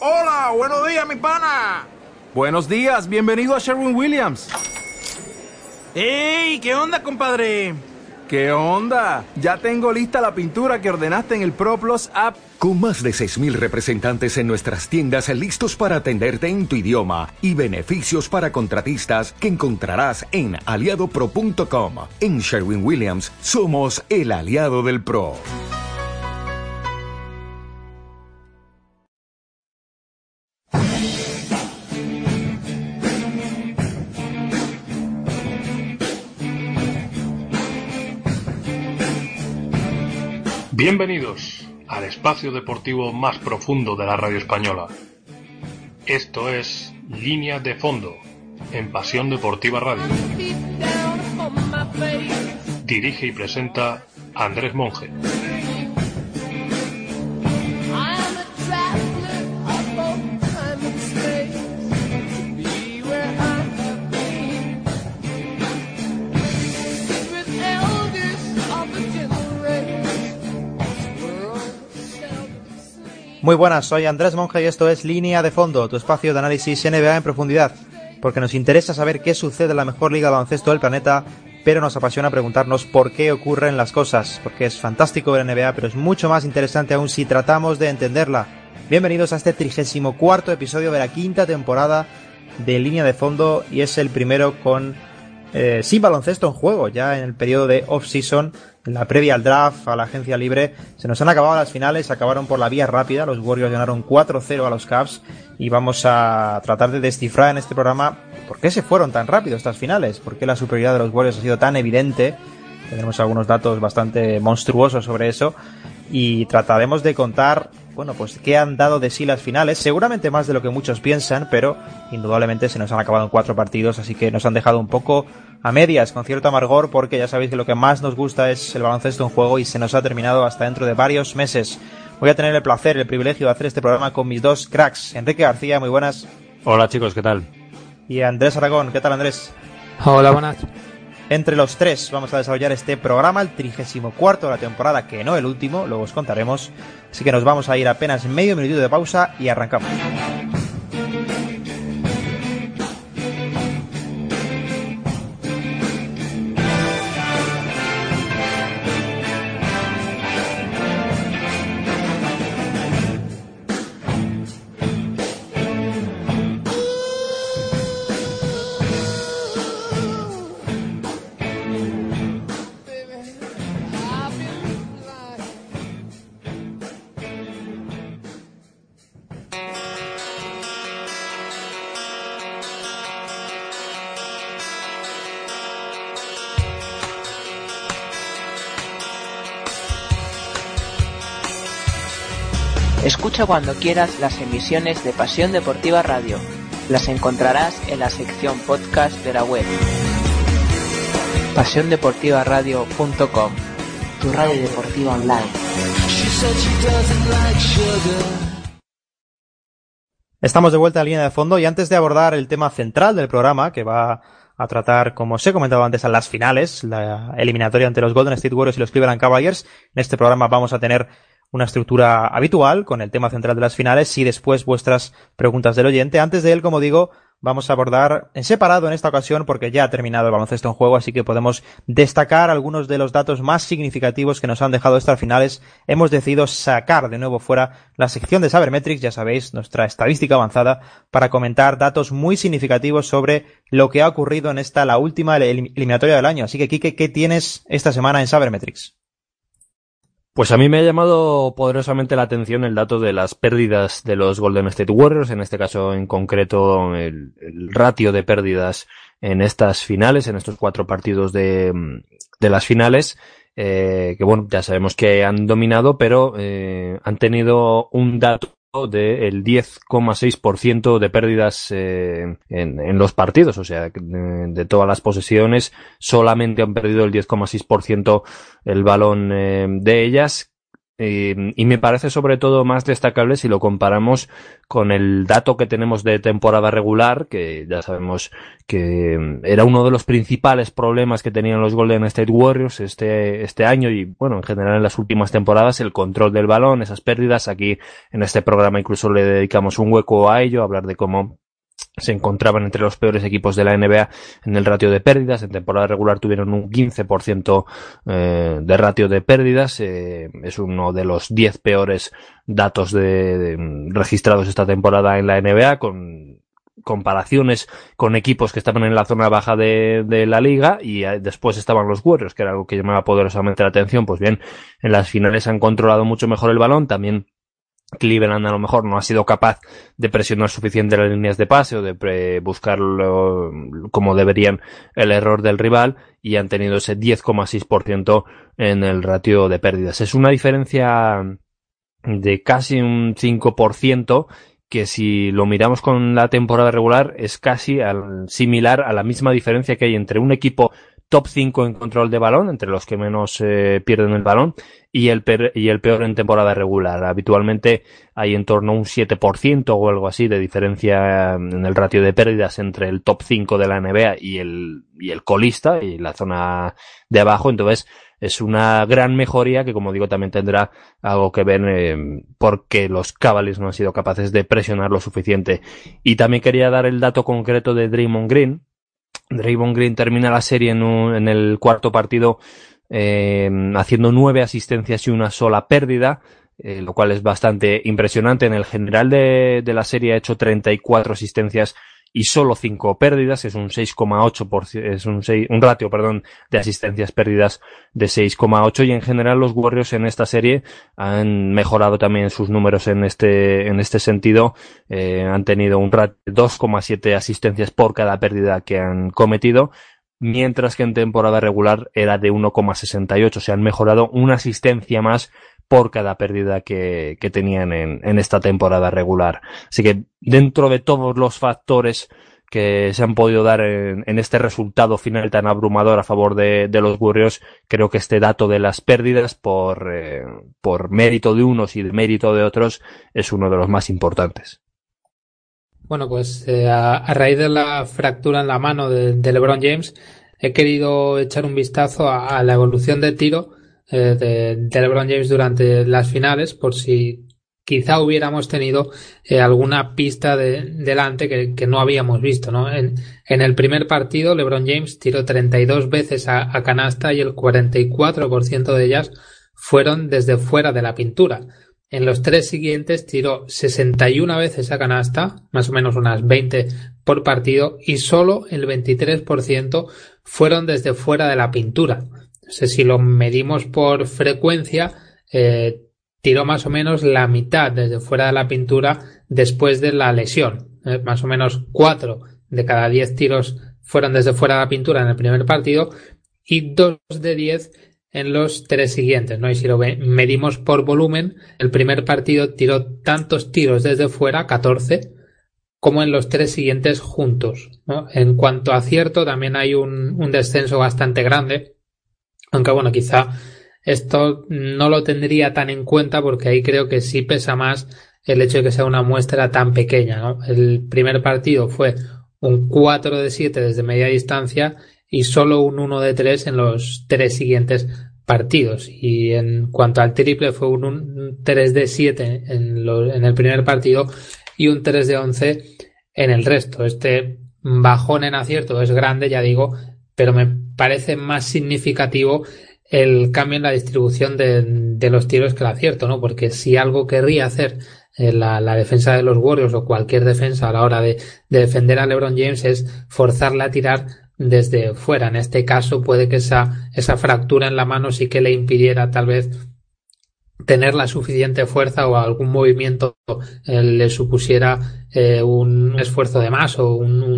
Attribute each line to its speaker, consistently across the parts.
Speaker 1: Hola, buenos días, mi pana.
Speaker 2: Buenos días, bienvenido a Sherwin-Williams.
Speaker 1: ¡Ey! ¿Qué onda, compadre?
Speaker 2: ¿Qué onda? Ya tengo lista la pintura que ordenaste en el ProPlus app.
Speaker 3: Con más de 6,000 representantes en nuestras tiendas listos para atenderte en tu idioma y beneficios para contratistas que encontrarás en aliadopro.com. En Sherwin-Williams somos el aliado del pro.
Speaker 4: Bienvenidos al espacio deportivo más profundo de la radio española. Esto es Línea de Fondo, en Pasión Deportiva Radio. Dirige y presenta Andrés Monge.
Speaker 5: Muy buenas, soy Andrés Monge y esto es Línea de Fondo, tu espacio de análisis NBA en profundidad, porque nos interesa saber qué sucede en la mejor liga de baloncesto del planeta, pero nos apasiona preguntarnos por qué ocurren las cosas, porque es fantástico ver NBA, pero es mucho más interesante aún si tratamos de entenderla. Bienvenidos a este 34º episodio de la quinta temporada de Línea de Fondo, y es el primero con sin baloncesto en juego, ya en el periodo de off-season, en la previa al draft, a la agencia libre. Se nos han acabado las finales, acabaron por la vía rápida, los Warriors ganaron 4-0 a los Cavs, y vamos a tratar de descifrar en este programa por qué se fueron tan rápido estas finales, por qué la superioridad de los Warriors ha sido tan evidente. Tenemos algunos datos bastante monstruosos sobre eso, y trataremos de contar, bueno, pues qué han dado de sí las finales, seguramente más de lo que muchos piensan, pero indudablemente se nos han acabado en 4 partidos, así que nos han dejado un poco a medias, con cierto amargor, porque ya sabéis que lo que más nos gusta es el baloncesto en juego y se nos ha terminado hasta dentro de varios meses. Voy a tener el placer, el privilegio de hacer este programa con mis dos cracks. Enrique García, muy buenas.
Speaker 6: Hola chicos, ¿qué tal?
Speaker 5: Y Andrés Aragón, ¿qué tal, Andrés?
Speaker 7: Hola, buenas.
Speaker 5: Entre los tres vamos a desarrollar este programa, el 34º de la temporada, que no el último, luego os contaremos. Así que nos vamos a ir apenas medio minutito de pausa y arrancamos.
Speaker 8: Escucha cuando quieras las emisiones de Pasión Deportiva Radio. Las encontrarás en la sección podcast de la web. pasiondeportivaradio.com, tu radio deportiva online.
Speaker 5: Estamos de vuelta a Línea de Fondo, y antes de abordar el tema central del programa, que va a tratar, como os he comentado antes, a las finales, la eliminatoria entre los Golden State Warriors y los Cleveland Cavaliers, en este programa vamos a tener una estructura habitual con el tema central de las finales y después vuestras preguntas del oyente. Antes de él, como digo, vamos a abordar en separado en esta ocasión, porque ya ha terminado el baloncesto en juego, así que podemos destacar algunos de los datos más significativos que nos han dejado estas finales. Hemos decidido sacar de nuevo fuera la sección de Sabermetrics, ya sabéis, nuestra estadística avanzada, para comentar datos muy significativos sobre lo que ha ocurrido en esta, la última eliminatoria del año. Así que, Quique, ¿qué tienes esta semana en Sabermetrics?
Speaker 6: Pues a mí me ha llamado poderosamente la atención el dato de las pérdidas de los Golden State Warriors, en este caso en concreto el ratio de pérdidas en estas finales, en estos 4 partidos de las finales, que bueno, ya sabemos que han dominado, pero han tenido un dato del 10,6% de pérdidas en los partidos, o sea, de todas las posesiones solamente han perdido el 10,6% el balón de ellas, y me parece sobre todo más destacable si lo comparamos con el dato que tenemos de temporada regular, que ya sabemos que era uno de los principales problemas que tenían los Golden State Warriors este año y bueno, en general en las últimas temporadas, el control del balón, esas pérdidas. Aquí en este programa incluso le dedicamos un hueco a ello, a hablar de cómo se encontraban entre los peores equipos de la NBA en el ratio de pérdidas. En temporada regular tuvieron un 15% de ratio de pérdidas. Es uno de los 10 peores datos registrados esta temporada en la NBA, con comparaciones con equipos que estaban en la zona baja de la liga, y después estaban los Warriors, que era algo que llamaba poderosamente la atención. Pues bien, en las finales han controlado mucho mejor el balón. También Cleveland a lo mejor no ha sido capaz de presionar suficiente las líneas de pase o de buscarlo como deberían el error del rival, y han tenido ese 10,6% en el ratio de pérdidas. Es una diferencia de casi un 5%, que si lo miramos con la temporada regular es casi similar a la misma diferencia que hay entre un equipo top 5 en control de balón, entre los que menos pierden el balón, y el peor en temporada regular. Habitualmente hay en torno a un 7% o algo así de diferencia en el ratio de pérdidas entre el top 5 de la NBA y el colista y la zona de abajo. Entonces es una gran mejoría que, como digo, también tendrá algo que ver porque los Cavaliers no han sido capaces de presionar lo suficiente. Y también quería dar el dato concreto de Draymond Green. Draymond Green termina la serie en el cuarto partido haciendo 9 asistencias y una sola pérdida, lo cual es bastante impresionante. En el general de la serie ha hecho 34 asistencias y solo 5 pérdidas, es un 6,8%, es un ratio, de asistencias pérdidas de 6,8, y en general los Warriors en esta serie han mejorado también sus números en este sentido. Han tenido un ratio de 2,7 asistencias por cada pérdida que han cometido, mientras que en temporada regular era de 1,68, o sea, han mejorado una asistencia más por cada pérdida que tenían en esta temporada regular. Así que dentro de todos los factores que se han podido dar en este resultado final tan abrumador a favor de los Warriors, creo que este dato de las pérdidas por mérito de unos y de mérito de otros es uno de los más importantes.
Speaker 7: Bueno, pues a raíz de la fractura en la mano de LeBron James, he querido echar un vistazo a la evolución de tiro de LeBron James durante las finales, por si quizá hubiéramos tenido alguna pista delante que no habíamos visto, ¿no? En el primer partido, LeBron James tiró 32 veces a canasta y el 44% de ellas fueron desde fuera de la pintura. En los 3 siguientes tiró 61 veces a canasta, más o menos unas 20 por partido, y solo el 23% fueron desde fuera de la pintura. No sé, si lo medimos por frecuencia, tiró más o menos la mitad desde fuera de la pintura después de la lesión. Más o menos 4 de cada 10 tiros fueron desde fuera de la pintura en el primer partido y 2 de 10 en los 3 siguientes, ¿no? Y si lo medimos por volumen, el primer partido tiró tantos tiros desde fuera, 14, como en los 3 siguientes juntos, ¿no? En cuanto a acierto, también hay un descenso bastante grande, aunque bueno, quizá esto no lo tendría tan en cuenta porque ahí creo que sí pesa más el hecho de que sea una muestra tan pequeña, ¿no? El primer partido fue un 4 de 7 desde media distancia y solo un 1 de 3 en los 3 siguientes partidos. Y en cuanto al triple, fue un 3 de 7 en el primer partido y un 3 de 11 en el resto. Este bajón en acierto es grande, ya digo, pero me parece más significativo el cambio en la distribución de los tiros que el acierto, ¿no? Porque si algo querría hacer la defensa de los Warriors o cualquier defensa a la hora de defender a LeBron James es forzarle a tirar desde fuera. En este caso puede que esa fractura en la mano sí que le impidiera tal vez tener la suficiente fuerza o algún movimiento le supusiera un esfuerzo de más o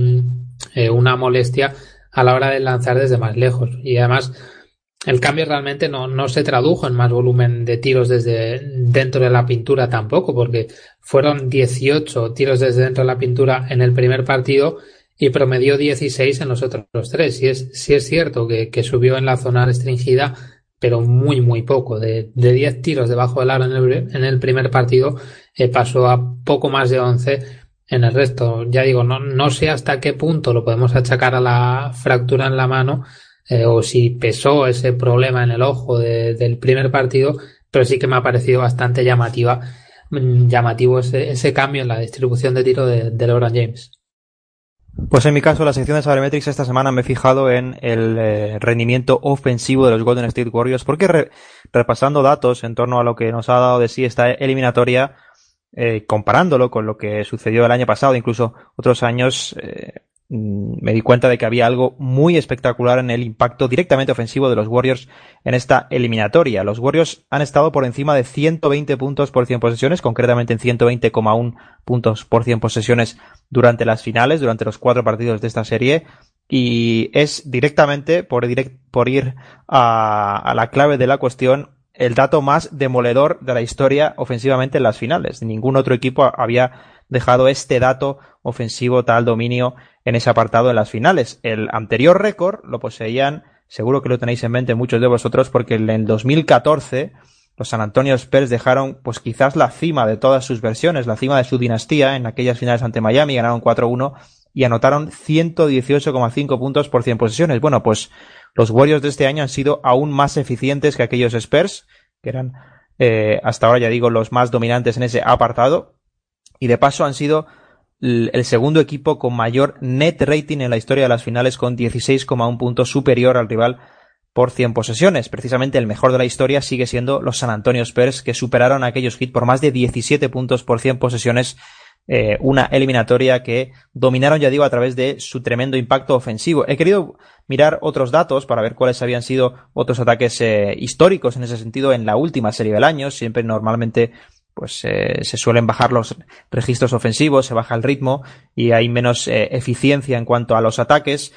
Speaker 7: una molestia a la hora de lanzar desde más lejos. Y además el cambio realmente no se tradujo en más volumen de tiros desde dentro de la pintura tampoco, porque fueron 18 tiros desde dentro de la pintura en el primer partido y promedió 16 en los otros 3. Sí es cierto que subió en la zona restringida pero muy, muy poco. De 10 tiros debajo del aro en el primer partido, pasó a poco más de 11 en el resto. Ya digo, no sé hasta qué punto lo podemos achacar a la fractura en la mano, o si pesó ese problema en el ojo del primer partido, pero sí que me ha parecido bastante llamativo ese cambio en la distribución de tiro de LeBron James.
Speaker 5: Pues en mi caso, la sección de Sabermetrics esta semana me he fijado en el rendimiento ofensivo de los Golden State Warriors, porque repasando datos en torno a lo que nos ha dado de sí esta eliminatoria, comparándolo con lo que sucedió el año pasado, incluso otros años, me di cuenta de que había algo muy espectacular en el impacto directamente ofensivo de los Warriors en esta eliminatoria. Los Warriors han estado por encima de 120 puntos por 100 posesiones, concretamente en 120,1 puntos por 100 posesiones durante las finales, durante los 4 partidos de esta serie, y es directamente, por ir a la clave de la cuestión, el dato más demoledor de la historia ofensivamente en las finales. Ningún otro equipo había dejado este dato ofensivo, tal dominio en ese apartado en las finales. El anterior récord lo poseían, seguro que lo tenéis en mente muchos de vosotros, porque en el 2014 los San Antonio Spurs dejaron pues quizás la cima de todas sus versiones, la cima de su dinastía en aquellas finales ante Miami, ganaron 4-1 y anotaron 118,5 puntos por 100 posesiones. Bueno, pues los Warriors de este año han sido aún más eficientes que aquellos Spurs, que eran hasta ahora, ya digo, los más dominantes en ese apartado, y de paso han sido el segundo equipo con mayor net rating en la historia de las finales, con 16,1 puntos superior al rival por 100 posesiones. Precisamente el mejor de la historia sigue siendo los San Antonio Spurs, que superaron a aquellos Heat por más de 17 puntos por 100 posesiones, una eliminatoria que dominaron, ya digo, a través de su tremendo impacto ofensivo. He querido mirar otros datos para ver cuáles habían sido otros ataques históricos en ese sentido en la última serie del año. Siempre normalmente pues se suelen bajar los registros ofensivos, se baja el ritmo y hay menos eficiencia en cuanto a los ataques.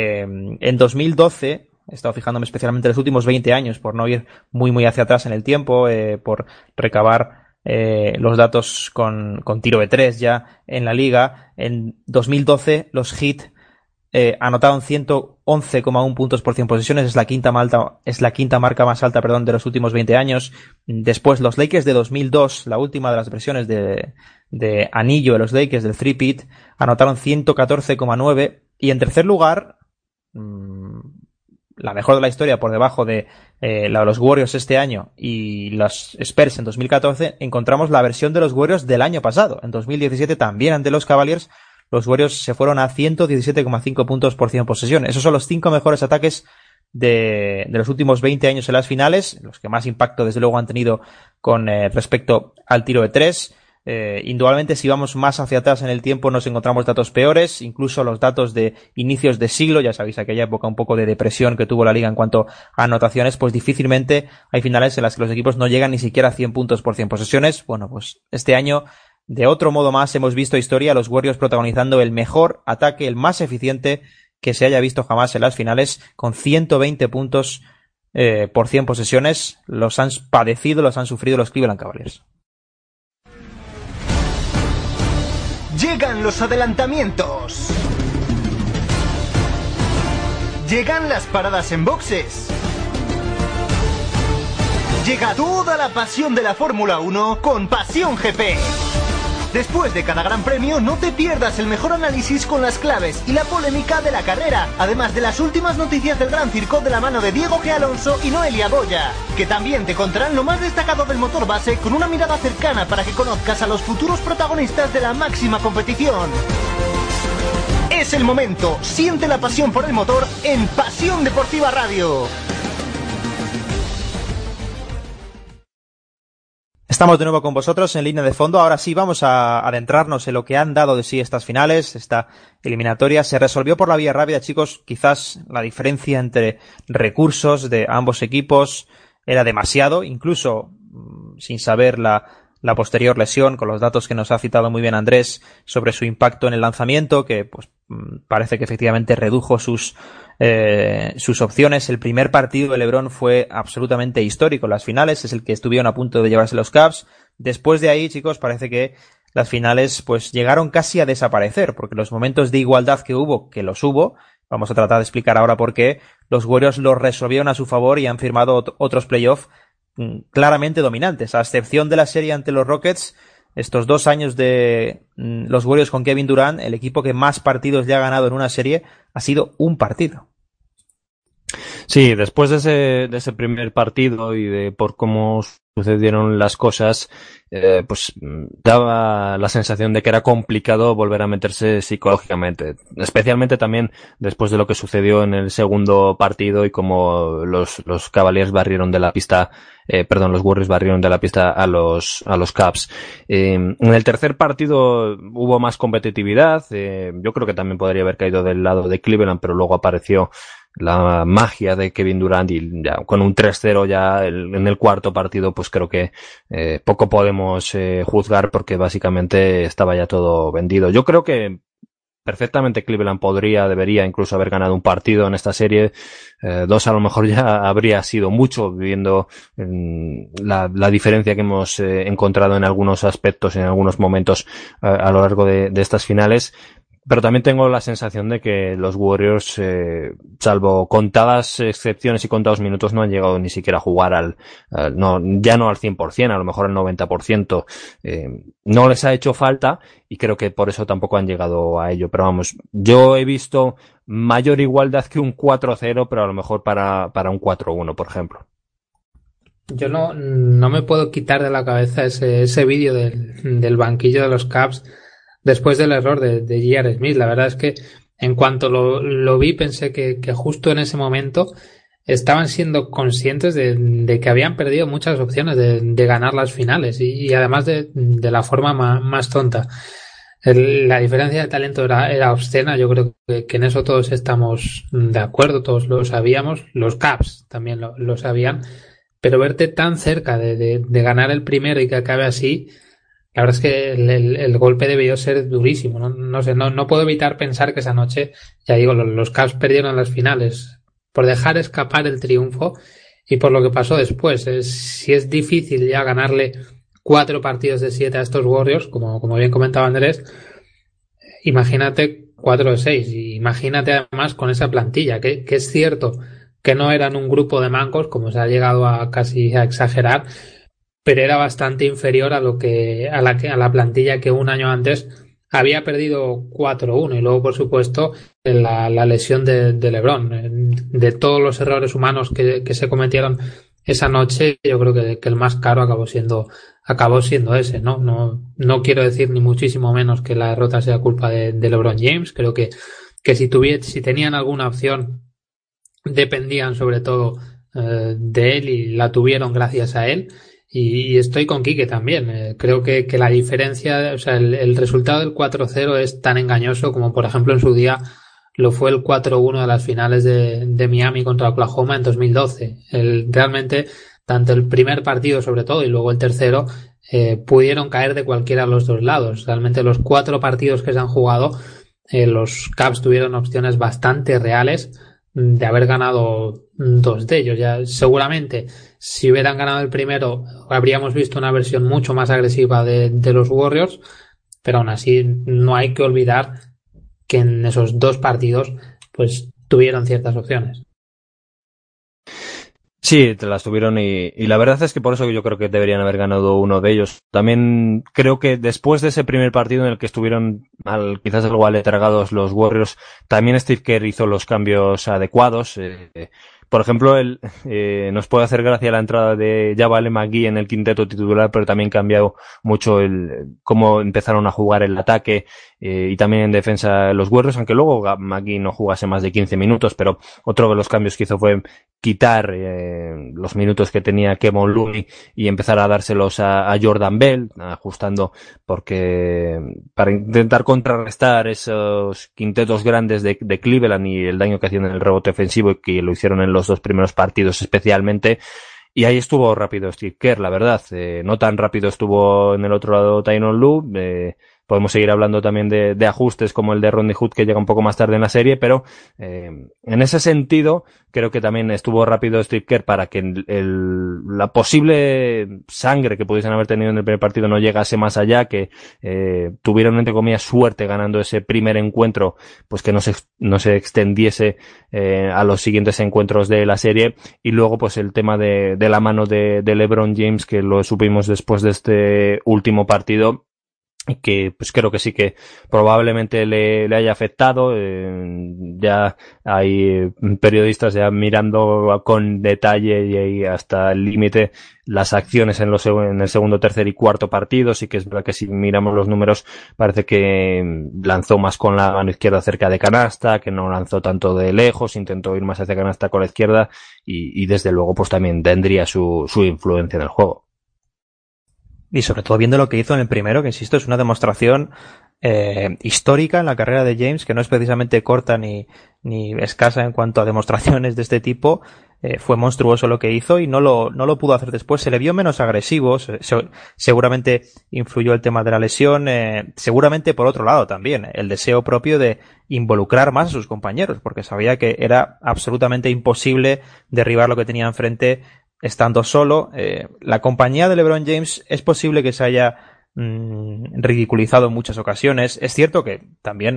Speaker 5: En 2012, he estado fijándome especialmente en los últimos 20 años por no ir muy muy hacia atrás en el tiempo, por recabar los datos con tiro de 3 ya en la liga. En 2012 los Heat anotaron 111,1 puntos por 100 posesiones, es la quinta marca más alta, de los últimos 20 años. Después los Lakers de 2002, la última de las versiones de anillo de los Lakers, del three-peat, anotaron 114,9, y en tercer lugar, la mejor de la historia, por debajo de la de los Warriors este año y los Spurs en 2014, encontramos la versión de los Warriors del año pasado. En 2017, también ante los Cavaliers, los Warriors se fueron a 117,5 puntos por 100 posesiones. Esos son los 5 mejores ataques de los últimos 20 años en las finales, los que más impacto desde luego han tenido con respecto al tiro de 3. Indudablemente, si vamos más hacia atrás en el tiempo, nos encontramos datos peores, incluso los datos de inicios de siglo. Ya sabéis, aquella época un poco de depresión que tuvo la liga en cuanto a anotaciones, pues difícilmente hay finales en las que los equipos no llegan ni siquiera a 100 puntos por 100 posesiones. Bueno, pues este año, de otro modo más, hemos visto historia, los Warriors protagonizando el mejor ataque, el más eficiente que se haya visto jamás en las finales, con 120 puntos por 100 posesiones. Los han padecido, los han sufrido los Cleveland Cavaliers.
Speaker 9: Llegan los adelantamientos. Llegan las paradas en boxes. Llega toda la pasión de la Fórmula 1 con Pasión GP. Después de cada gran premio, no te pierdas el mejor análisis con las claves y la polémica de la carrera, además de las últimas noticias del Gran Circo de la mano de Diego G. Alonso y Noelia Goya, que también te contarán lo más destacado del motor base con una mirada cercana para que conozcas a los futuros protagonistas de la máxima competición. Es el momento, siente la pasión por el motor en Pasión Deportiva Radio.
Speaker 5: Estamos de nuevo con vosotros en Línea de Fondo. Ahora sí, vamos a adentrarnos en lo que han dado de sí estas finales, esta eliminatoria. Se resolvió por la vía rápida, chicos. Quizás la diferencia entre recursos de ambos equipos era demasiado, incluso sin saber la posterior lesión, con los datos que nos ha citado muy bien Andrés sobre su impacto en el lanzamiento, que pues parece que efectivamente redujo sus opciones. El primer partido de LeBron fue absolutamente histórico. Las finales es el que estuvieron a punto de llevarse los Cavs. Después de ahí, chicos, parece que las finales pues llegaron casi a desaparecer, porque los momentos de igualdad que hubo, que los hubo, Vamos a tratar de explicar ahora por qué los Warriors lo resolvieron a su favor y han firmado otros playoffs claramente dominantes. A excepción de la serie ante los Rockets, estos 2 años de los Warriors con Kevin Durant, el equipo que más partidos le ha ganado en una serie ha sido un partido.
Speaker 6: Sí, después de ese primer partido y de por cómo sucedieron las cosas, pues daba la sensación de que era complicado volver a meterse psicológicamente, especialmente también después de lo que sucedió en el segundo partido y como los Cavaliers barrieron de la pista, los Warriors barrieron de la pista a los Cavs. En el tercer partido hubo más competitividad, yo creo que también podría haber caído del lado de Cleveland, pero luego apareció la magia de Kevin Durant y ya con un 3-0 ya en el cuarto partido, pues creo que poco podemos juzgar porque básicamente estaba ya todo vendido. Yo creo que perfectamente Cleveland debería incluso haber ganado un partido en esta serie. 2 a lo mejor ya habría sido mucho, viendo la diferencia que hemos encontrado en algunos aspectos, en algunos momentos a lo largo de estas finales. Pero también tengo la sensación de que los Warriors, salvo contadas excepciones y contados minutos, no han llegado ni siquiera a jugar ya no al 100%, a lo mejor al 90%. No les ha hecho falta y creo que por eso tampoco han llegado a ello. Pero vamos, yo he visto mayor igualdad que un 4-0, pero a lo mejor para un 4-1, por ejemplo.
Speaker 7: Yo no me puedo quitar de la cabeza ese vídeo del banquillo de los Cavs después del error de J.R. Smith. La verdad es que en cuanto lo vi pensé que justo en ese momento estaban siendo conscientes de que habían perdido muchas opciones de ganar las finales y además de la forma más tonta. La diferencia de talento era obscena. Yo creo que en eso todos estamos de acuerdo, todos lo sabíamos, los Cavs también lo sabían, pero verte tan cerca de ganar el primero y que acabe así, la verdad es que el golpe debió ser durísimo. No sé, no puedo evitar pensar que esa noche, ya digo, los Cavs perdieron las finales por dejar escapar el triunfo y por lo que pasó después. Si es difícil ya ganarle 4 partidos de 7 a estos Warriors, como bien comentaba Andrés, imagínate 4 de 6. Y imagínate además con esa plantilla, que es cierto que no eran un grupo de mancos, como se ha llegado a casi a exagerar, pero era bastante inferior a la plantilla que un año antes había perdido 4-1 y luego, por supuesto, la lesión de LeBron. De todos los errores humanos que se cometieron esa noche, yo creo que el más caro acabó siendo ese, ¿no? No quiero decir ni muchísimo menos que la derrota sea culpa de LeBron James. Creo que si tenían alguna opción, dependían sobre todo de él y la tuvieron gracias a él. Y estoy con Quique también. Creo que la diferencia, o sea, el resultado del 4-0 es tan engañoso como, por ejemplo, en su día lo fue el 4-1 de las finales de Miami contra Oklahoma en 2012. Realmente, tanto el primer partido sobre todo y luego el tercero, pudieron caer de cualquiera de los dos lados. Realmente los 4 partidos que se han jugado, los Cavs tuvieron opciones bastante reales de haber ganado 2 de ellos. Ya seguramente si hubieran ganado el primero habríamos visto una versión mucho más agresiva de los Warriors, pero aún así no hay que olvidar que en esos 2 partidos pues tuvieron ciertas opciones.
Speaker 6: Sí, te las tuvieron y la verdad es que por eso yo creo que deberían haber ganado uno de ellos. También creo que después de ese primer partido en el que estuvieron quizás algo aletargados los Warriors, también Steve Kerr hizo los cambios adecuados. Por ejemplo, nos puede hacer gracia la entrada de Javal McGee en el quinteto titular, pero también cambió mucho cómo empezaron a jugar el ataque y también en defensa los Warriors, aunque luego McGee no jugase más de 15 minutos, pero otro de los cambios que hizo fue quitar los minutos que tenía Kevon Looney y empezar a dárselos a Jordan Bell, ajustando para intentar contrarrestar esos quintetos grandes de Cleveland y el daño que hacían en el rebote ofensivo y que lo hicieron en los 2 primeros partidos especialmente. Y ahí estuvo rápido Steve Kerr, la verdad. No tan rápido estuvo en el otro lado Tyronn Lue. podemos seguir hablando también de ajustes como el de Rodney Hood, que llega un poco más tarde en la serie, pero en ese sentido creo que también estuvo rápido Steve Kerr para que la posible sangre que pudiesen haber tenido en el primer partido no llegase más allá, que tuvieron entre comillas suerte ganando ese primer encuentro, pues que no se extendiese a los siguientes encuentros de la serie. Y luego pues el tema de la mano de LeBron James, que lo supimos después de este último partido, que pues creo que sí que probablemente le haya afectado. Ya hay periodistas ya mirando con detalle y hasta el límite las acciones en el segundo, tercer y cuarto partido. Sí que es verdad que si miramos los números parece que lanzó más con la mano izquierda cerca de canasta, que no lanzó tanto de lejos, intentó ir más hacia canasta con la izquierda y desde luego pues también tendría su influencia en el juego.
Speaker 5: Y sobre todo viendo lo que hizo en el primero, que insisto, es una demostración histórica en la carrera de James, que no es precisamente corta ni escasa en cuanto a demostraciones de este tipo. Fue monstruoso lo que hizo y no lo pudo hacer después. Se le vio menos agresivo, seguramente influyó el tema de la lesión, seguramente por otro lado también el deseo propio de involucrar más a sus compañeros, porque sabía que era absolutamente imposible derribar lo que tenía enfrente estando solo. La compañía de LeBron James es posible que se haya ridiculizado en muchas ocasiones. Es cierto que también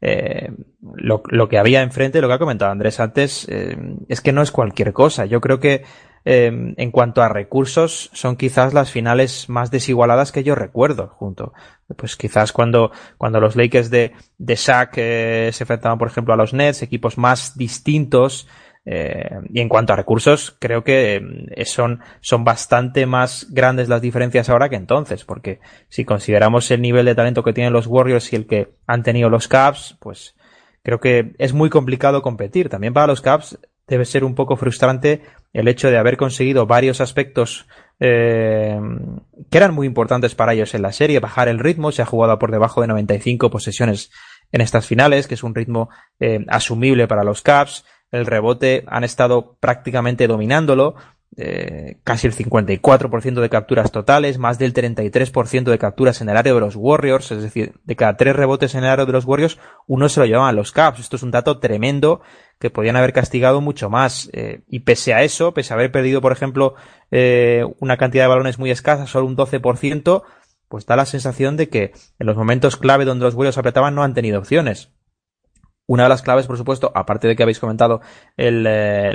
Speaker 5: lo que había enfrente, lo que ha comentado Andrés antes, es que no es cualquier cosa. Yo creo que en cuanto a recursos son quizás las finales más desigualadas que yo recuerdo, junto pues quizás cuando los Lakers de Shaq se enfrentaban por ejemplo a los Nets, equipos más distintos. Y en cuanto a recursos, creo que son bastante más grandes las diferencias ahora que entonces, porque si consideramos el nivel de talento que tienen los Warriors y el que han tenido los Cavs, pues creo que es muy complicado competir. También para los Cavs debe ser un poco frustrante el hecho de haber conseguido varios aspectos que eran muy importantes para ellos en la serie. Bajar el ritmo, se ha jugado por debajo de 95 posesiones en estas finales, que es un ritmo asumible para los Cavs. El rebote han estado prácticamente dominándolo, casi el 54% de capturas totales, más del 33% de capturas en el área de los Warriors, es decir, de cada 3 rebotes en el área de los Warriors, uno se lo llevaban los Cavs. Esto es un dato tremendo que podían haber castigado mucho más. Y pese a eso, pese a haber perdido, por ejemplo, una cantidad de balones muy escasa, solo un 12%, pues da la sensación de que en los momentos clave donde los Warriors apretaban no han tenido opciones. Una de las claves, por supuesto, aparte de que habéis comentado el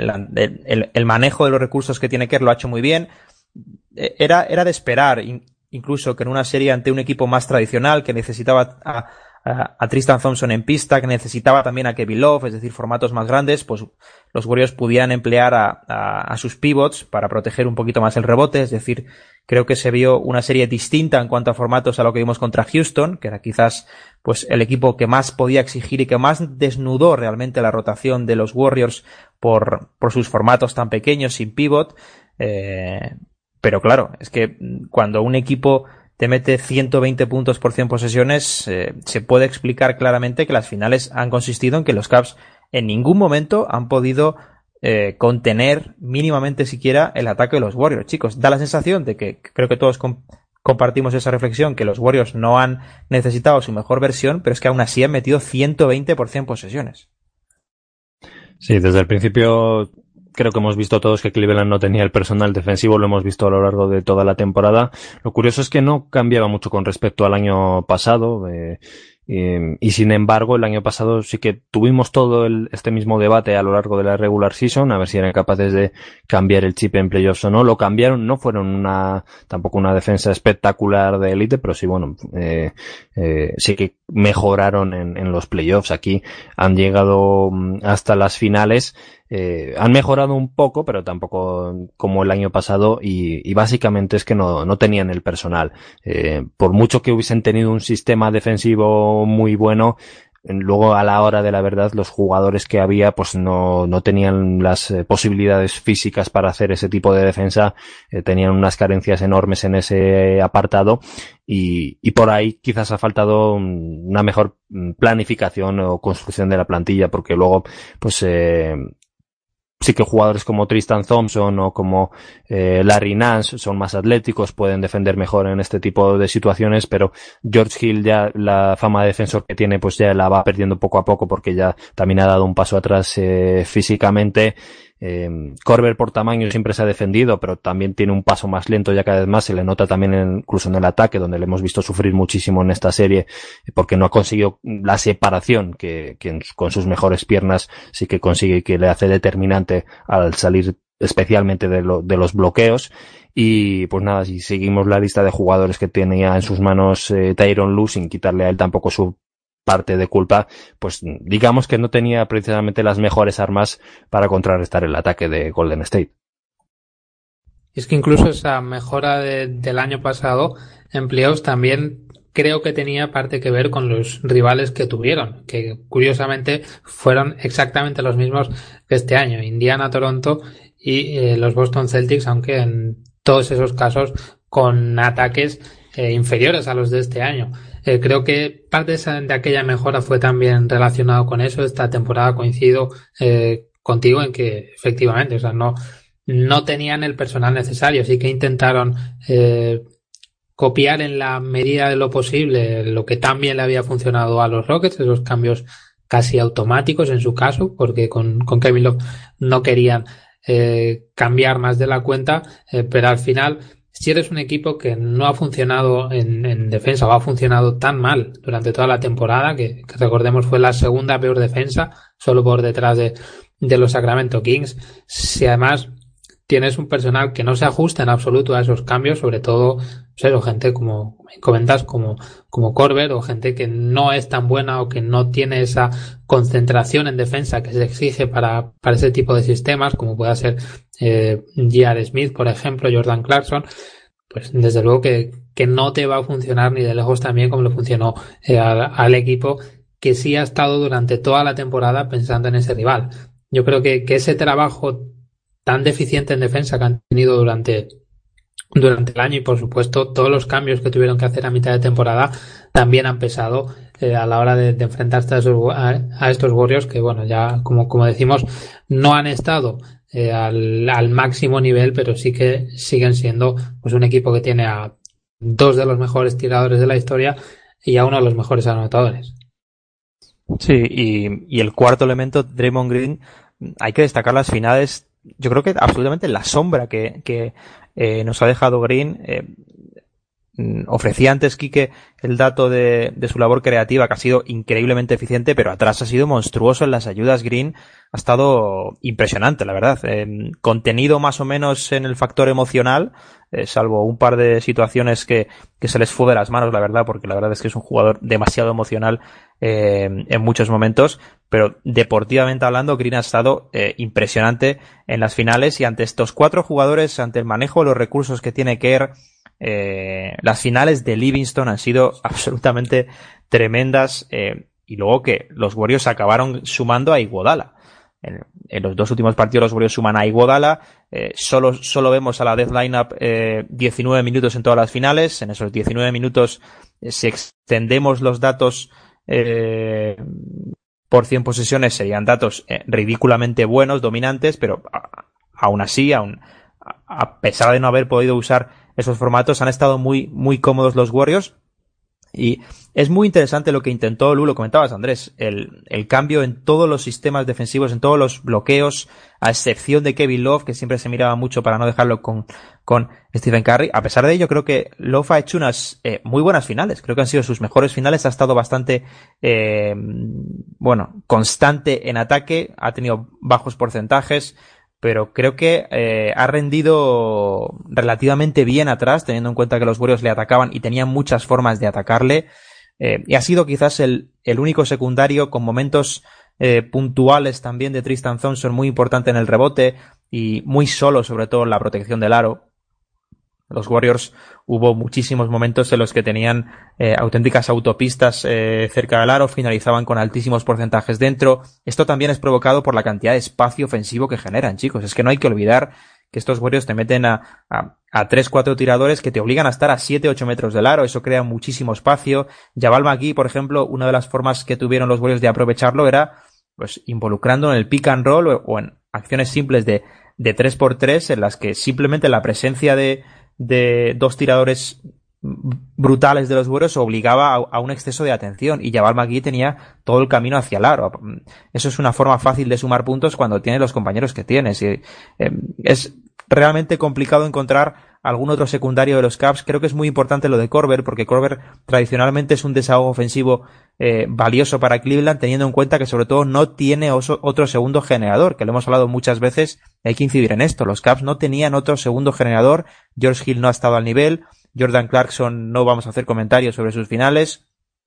Speaker 5: manejo de los recursos que tiene Kerr, lo ha hecho muy bien. Era de esperar, incluso que en una serie ante un equipo más tradicional que necesitaba a Tristan Thompson en pista, que necesitaba también a Kevin Love, es decir, formatos más grandes, pues los Warriors pudieran emplear a sus pivots para proteger un poquito más el rebote. Es decir, creo que se vio una serie distinta en cuanto a formatos a lo que vimos contra Houston, que era quizás pues el equipo que más podía exigir y que más desnudó realmente la rotación de los Warriors por sus formatos tan pequeños, sin pivot. Pero claro, es que cuando un equipo te mete 120 puntos por 100 posesiones, se puede explicar claramente que las finales han consistido en que los Cavs en ningún momento han podido contener mínimamente siquiera el ataque de los Warriors. Chicos, da la sensación de que creo que todos compartimos esa reflexión, que los Warriors no han necesitado su mejor versión, pero es que aún así han metido 120 por 100 posesiones.
Speaker 6: Sí, desde el principio creo que hemos visto todos que Cleveland no tenía el personal defensivo, lo hemos visto a lo largo de toda la temporada. Lo curioso es que no cambiaba mucho con respecto al año pasado, y sin embargo el año pasado sí que tuvimos todo este mismo debate a lo largo de la regular season, a ver si eran capaces de cambiar el chip en playoffs o no. Lo cambiaron, no fueron tampoco una defensa espectacular de élite, pero sí, bueno, sí que mejoraron en los playoffs. Aquí han llegado hasta las finales. Han mejorado un poco, pero tampoco como el año pasado, y básicamente es que no tenían el personal. Por mucho que hubiesen tenido un sistema defensivo muy bueno, luego a la hora de la verdad los jugadores que había pues no tenían las posibilidades físicas para hacer ese tipo de defensa. Tenían unas carencias enormes en ese apartado, y por ahí quizás ha faltado una mejor planificación o construcción de la plantilla, porque luego pues sí que jugadores como Tristan Thompson o como Larry Nance son más atléticos, pueden defender mejor en este tipo de situaciones, pero George Hill ya la fama de defensor que tiene pues ya la va perdiendo poco a poco porque ya también ha dado un paso atrás físicamente. Korver por tamaño siempre se ha defendido, pero también tiene un paso más lento ya cada vez más, se le nota también incluso en el ataque, donde le hemos visto sufrir muchísimo en esta serie porque no ha conseguido la separación que con sus mejores piernas sí que consigue y que le hace determinante al salir especialmente de los bloqueos. Y pues nada, si seguimos la lista de jugadores que tenía en sus manos Tyronn Lue, sin quitarle a él tampoco su parte de culpa, pues digamos que no tenía precisamente las mejores armas para contrarrestar el ataque de Golden State.
Speaker 7: Es que incluso esa mejora del año pasado en playoffs también creo que tenía parte que ver con los rivales que tuvieron, que curiosamente fueron exactamente los mismos que este año, Indiana, Toronto y los Boston Celtics, aunque en todos esos casos con ataques inferiores a los de este año. Creo que parte de aquella mejora fue también relacionado con eso. Esta temporada coincido contigo en que efectivamente, o sea, no tenían el personal necesario, sí que intentaron copiar en la medida de lo posible lo que tan bien le había funcionado a los Rockets, esos cambios casi automáticos en su caso, porque con Kevin Love no querían cambiar más de la cuenta, pero al final, si eres un equipo que no ha funcionado en defensa o ha funcionado tan mal durante toda la temporada, que recordemos fue la segunda peor defensa, solo por detrás de los Sacramento Kings, si además tienes un personal que no se ajusta en absoluto a esos cambios, sobre todo gente como comentas, como Korver, o gente que no es tan buena o que no tiene esa concentración en defensa que se exige para ese tipo de sistemas, como pueda ser J.R. Smith, por ejemplo, Jordan Clarkson, pues desde luego que no te va a funcionar ni de lejos tan bien como le funcionó al equipo que sí ha estado durante toda la temporada pensando en ese rival. Yo creo que ese trabajo tan deficiente en defensa que han tenido durante el año, y por supuesto todos los cambios que tuvieron que hacer a mitad de temporada también han pesado a la hora de enfrentarse a estos Warriors, que bueno, ya como decimos, no han estado al máximo nivel, pero sí que siguen siendo pues un equipo que tiene a dos de los mejores tiradores de la historia y a uno de los mejores anotadores.
Speaker 5: Sí, y el cuarto elemento, Draymond Green, hay que destacar las finales. Yo creo que absolutamente la sombra que nos ha dejado Green. Ofrecía antes Quique el dato de su labor creativa, que ha sido increíblemente eficiente, pero atrás ha sido monstruoso en las ayudas. Green ha estado impresionante, la verdad. Contenido más o menos en el factor emocional, salvo un par de situaciones que se les fue de las manos, la verdad, porque la verdad es que es un jugador demasiado emocional en muchos momentos, pero deportivamente hablando, Green ha estado impresionante en las finales, y ante estos cuatro jugadores, ante el manejo de los recursos que tiene Kerr, las finales de Livingston han sido absolutamente tremendas, y luego que los Warriors acabaron sumando a Iguodala. En los dos últimos partidos los Warriors suman a Iguodala, solo vemos a la death lineup 19 minutos en todas las finales. En esos 19 minutos, si extendemos los datos por 100 posesiones, serían datos ridículamente buenos, dominantes, pero aún así, a pesar de no haber podido usar esos formatos, han estado muy, muy cómodos los Warriors. Y es muy interesante lo que intentó Lu, lo comentabas, Andrés, el cambio en todos los sistemas defensivos, en todos los bloqueos, a excepción de Kevin Love, que siempre se miraba mucho para no dejarlo con Stephen Curry. A pesar de ello, creo que Love ha hecho unas muy buenas finales. Creo que han sido sus mejores finales. Ha estado bastante constante en ataque, ha tenido bajos porcentajes, pero creo que ha rendido relativamente bien atrás, teniendo en cuenta que los Warriors le atacaban y tenían muchas formas de atacarle, y ha sido quizás el único secundario con momentos puntuales también de Tristan Thompson muy importante en el rebote y muy solo, sobre todo en la protección del aro. Los Warriors hubo muchísimos momentos en los que tenían auténticas autopistas cerca del aro, finalizaban con altísimos porcentajes dentro. Esto también es provocado por la cantidad de espacio ofensivo que generan, chicos. Es que no hay que olvidar que estos Warriors te meten a 3-4 tiradores que te obligan a estar a 7-8 metros del aro. Eso crea muchísimo espacio. Jabal McGee, por ejemplo, una de las formas que tuvieron los Warriors de aprovecharlo era pues involucrando en el pick and roll o en acciones simples de 3x3 en las que simplemente la presencia de dos tiradores brutales de los Warriors obligaba a un exceso de atención, y Jabal McGee tenía todo el camino hacia el aro. Eso es una forma fácil de sumar puntos cuando tienes los compañeros que tienes, y es realmente complicado encontrar algún otro secundario de los Cavs. Creo que es muy importante lo de Korver, porque Korver tradicionalmente es un desahogo ofensivo valioso para Cleveland, teniendo en cuenta que sobre todo no tiene otro segundo generador, que lo hemos hablado muchas veces. Hay que incidir en esto: los Cavs no tenían otro segundo generador. George Hill no ha estado al nivel, Jordan Clarkson no vamos a hacer comentarios sobre sus finales,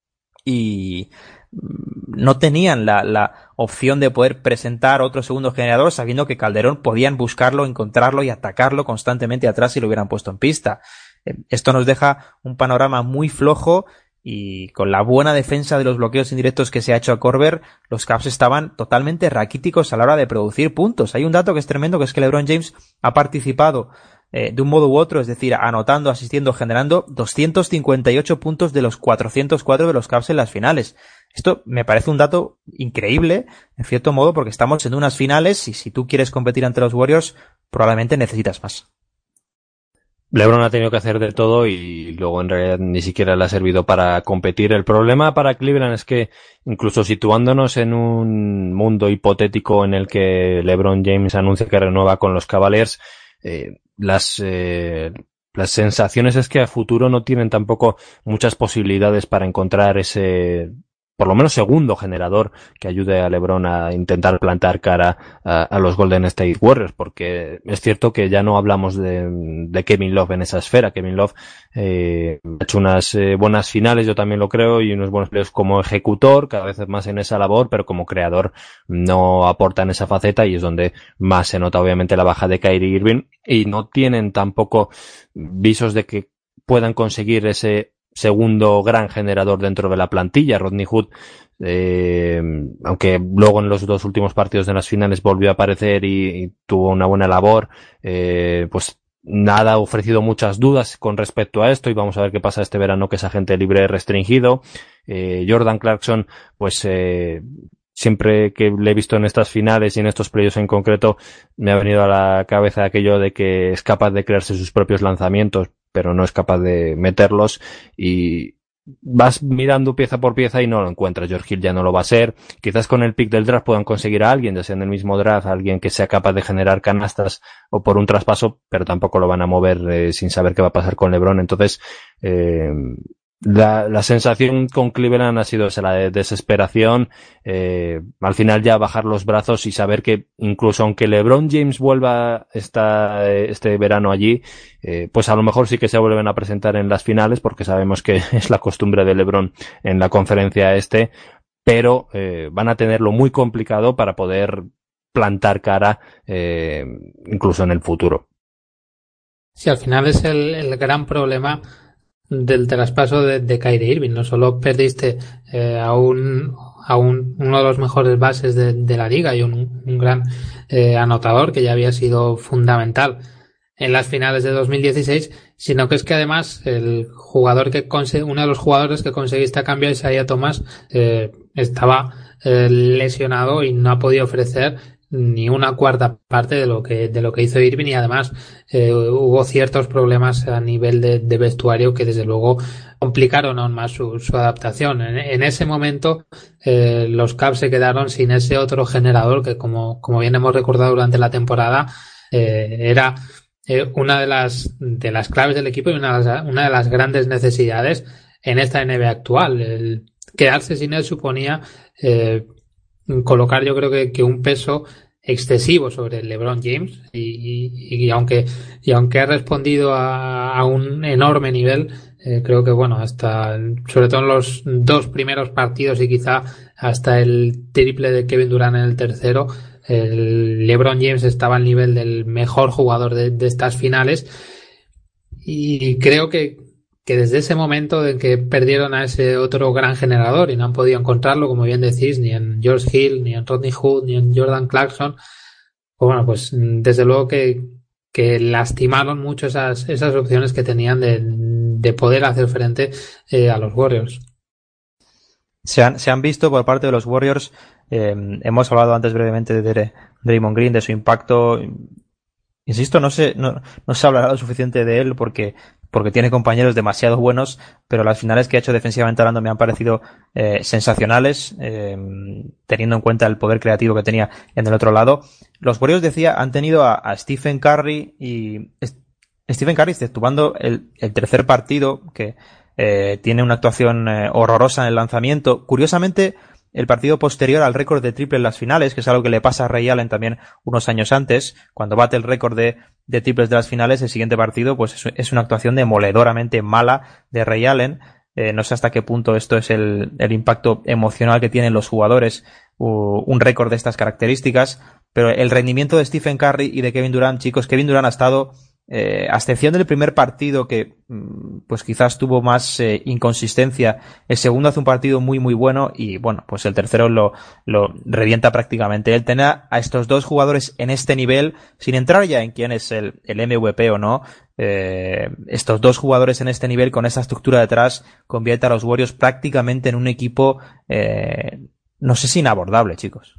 Speaker 5: y no tenían la opción de poder presentar otro segundo generador, sabiendo que Calderón podían buscarlo, encontrarlo y atacarlo constantemente atrás si lo hubieran puesto en pista. Esto nos deja un panorama muy flojo, y con la buena defensa de los bloqueos indirectos que se ha hecho a Korver, los Cavs estaban totalmente raquíticos a la hora de producir puntos. Hay un dato que es tremendo, que es que LeBron James ha participado de un modo u otro, es decir, anotando, asistiendo, generando 258 puntos de los 404 de los Cavs en las finales. Esto me parece un dato increíble, en cierto modo, porque estamos en unas finales y si tú quieres competir ante los Warriors, probablemente necesitas más.
Speaker 6: LeBron ha tenido que hacer de todo y luego en realidad ni siquiera le ha servido para competir. El problema para Cleveland es que, incluso situándonos en un mundo hipotético en el que LeBron James anuncia que renueva con los Cavaliers, las sensaciones es que a futuro no tienen tampoco muchas posibilidades para encontrar ese, por lo menos, segundo generador que ayude a LeBron a intentar plantar cara a los Golden State Warriors, porque es cierto que ya no hablamos de Kevin Love en esa esfera. Kevin Love ha hecho unas buenas finales, yo también lo creo, y unos buenos playoffs como ejecutor, cada vez más en esa labor, pero como creador no aporta en esa faceta, y es donde más se nota obviamente la baja de Kyrie Irving, y no tienen tampoco visos de que puedan conseguir ese segundo gran generador dentro de la plantilla. Rodney Hood, aunque luego en los dos últimos partidos de las finales volvió a aparecer y tuvo una buena labor, pues nada, ha ofrecido muchas dudas con respecto a esto, y vamos a ver qué pasa este verano, que es agente libre restringido. Jordan Clarkson, pues siempre que le he visto en estas finales y en estos playoffs en concreto, me ha venido a la cabeza aquello de que es capaz de crearse sus propios lanzamientos, pero no es capaz de meterlos, y vas mirando pieza por pieza y no lo encuentras. George Hill ya no lo va a ser. Quizás con el pick del draft puedan conseguir a alguien, ya sea en el mismo draft, alguien que sea capaz de generar canastas o por un traspaso, pero tampoco lo van a mover sin saber qué va a pasar con LeBron. Entonces, la sensación con Cleveland ha sido esa, la de desesperación, al final ya bajar los brazos y saber que incluso aunque LeBron James vuelva este verano allí, pues a lo mejor sí que se vuelven a presentar en las finales, porque sabemos que es la costumbre de LeBron en la conferencia pero van a tenerlo muy complicado para poder plantar cara incluso en el futuro.
Speaker 7: Sí, al final es el gran problema del traspaso de Kyrie Irving. No solo perdiste a uno de los mejores bases de la liga y un gran anotador que ya había sido fundamental en las finales de 2016, sino que es que además uno de los jugadores que conseguiste a cambio, Isaiah Thomas, estaba lesionado y no ha podido ofrecer ni una cuarta parte de lo que hizo Irving, y además hubo ciertos problemas a nivel de vestuario que desde luego complicaron aún más su adaptación. En ese momento los Cavs se quedaron sin ese otro generador que, como bien hemos recordado durante la temporada, era una de las claves del equipo y una de las grandes necesidades en esta NBA actual. El quedarse sin él suponía colocar, yo creo que un peso excesivo sobre LeBron James, y aunque ha respondido a un enorme nivel, creo que hasta sobre todo en los dos primeros partidos y quizá hasta el triple de Kevin Durant en el tercero, el LeBron James estaba al nivel del mejor jugador de estas finales, y creo que desde ese momento en que perdieron a ese otro gran generador y no han podido encontrarlo, como bien decís, ni en George Hill, ni en Rodney Hood, ni en Jordan Clarkson, pues desde luego que lastimaron mucho esas opciones que tenían de poder hacer frente a los Warriors.
Speaker 5: Se han visto por parte de los Warriors Hemos hablado antes brevemente de Draymond Green, de su impacto. Insisto, no se hablará lo suficiente de él porque tiene compañeros demasiado buenos, pero las finales que ha hecho defensivamente hablando me han parecido sensacionales, teniendo en cuenta el poder creativo que tenía en el otro lado. Los Warriors, decía, han tenido a Stephen Curry, y Stephen Curry exceptuando el tercer partido, que tiene una actuación horrorosa en el lanzamiento. Curiosamente, el partido posterior al récord de triple en las finales, que es algo que le pasa a Ray Allen también unos años antes, cuando bate el récord de triples de las finales, el siguiente partido pues es una actuación demoledoramente mala de Ray Allen. No sé hasta qué punto esto es el impacto emocional que tienen los jugadores, un récord de estas características, pero el rendimiento de Stephen Curry y de Kevin Durant, chicos, Kevin Durant ha estado, a excepción del primer partido que pues quizás tuvo más inconsistencia, el segundo hace un partido muy muy bueno y bueno, pues el tercero lo revienta prácticamente. Él tener a estos dos jugadores en este nivel, sin entrar ya en quién es el MVP o no, estos dos jugadores en este nivel con esa estructura detrás convierte a los Warriors prácticamente en un equipo, no sé si inabordable, chicos.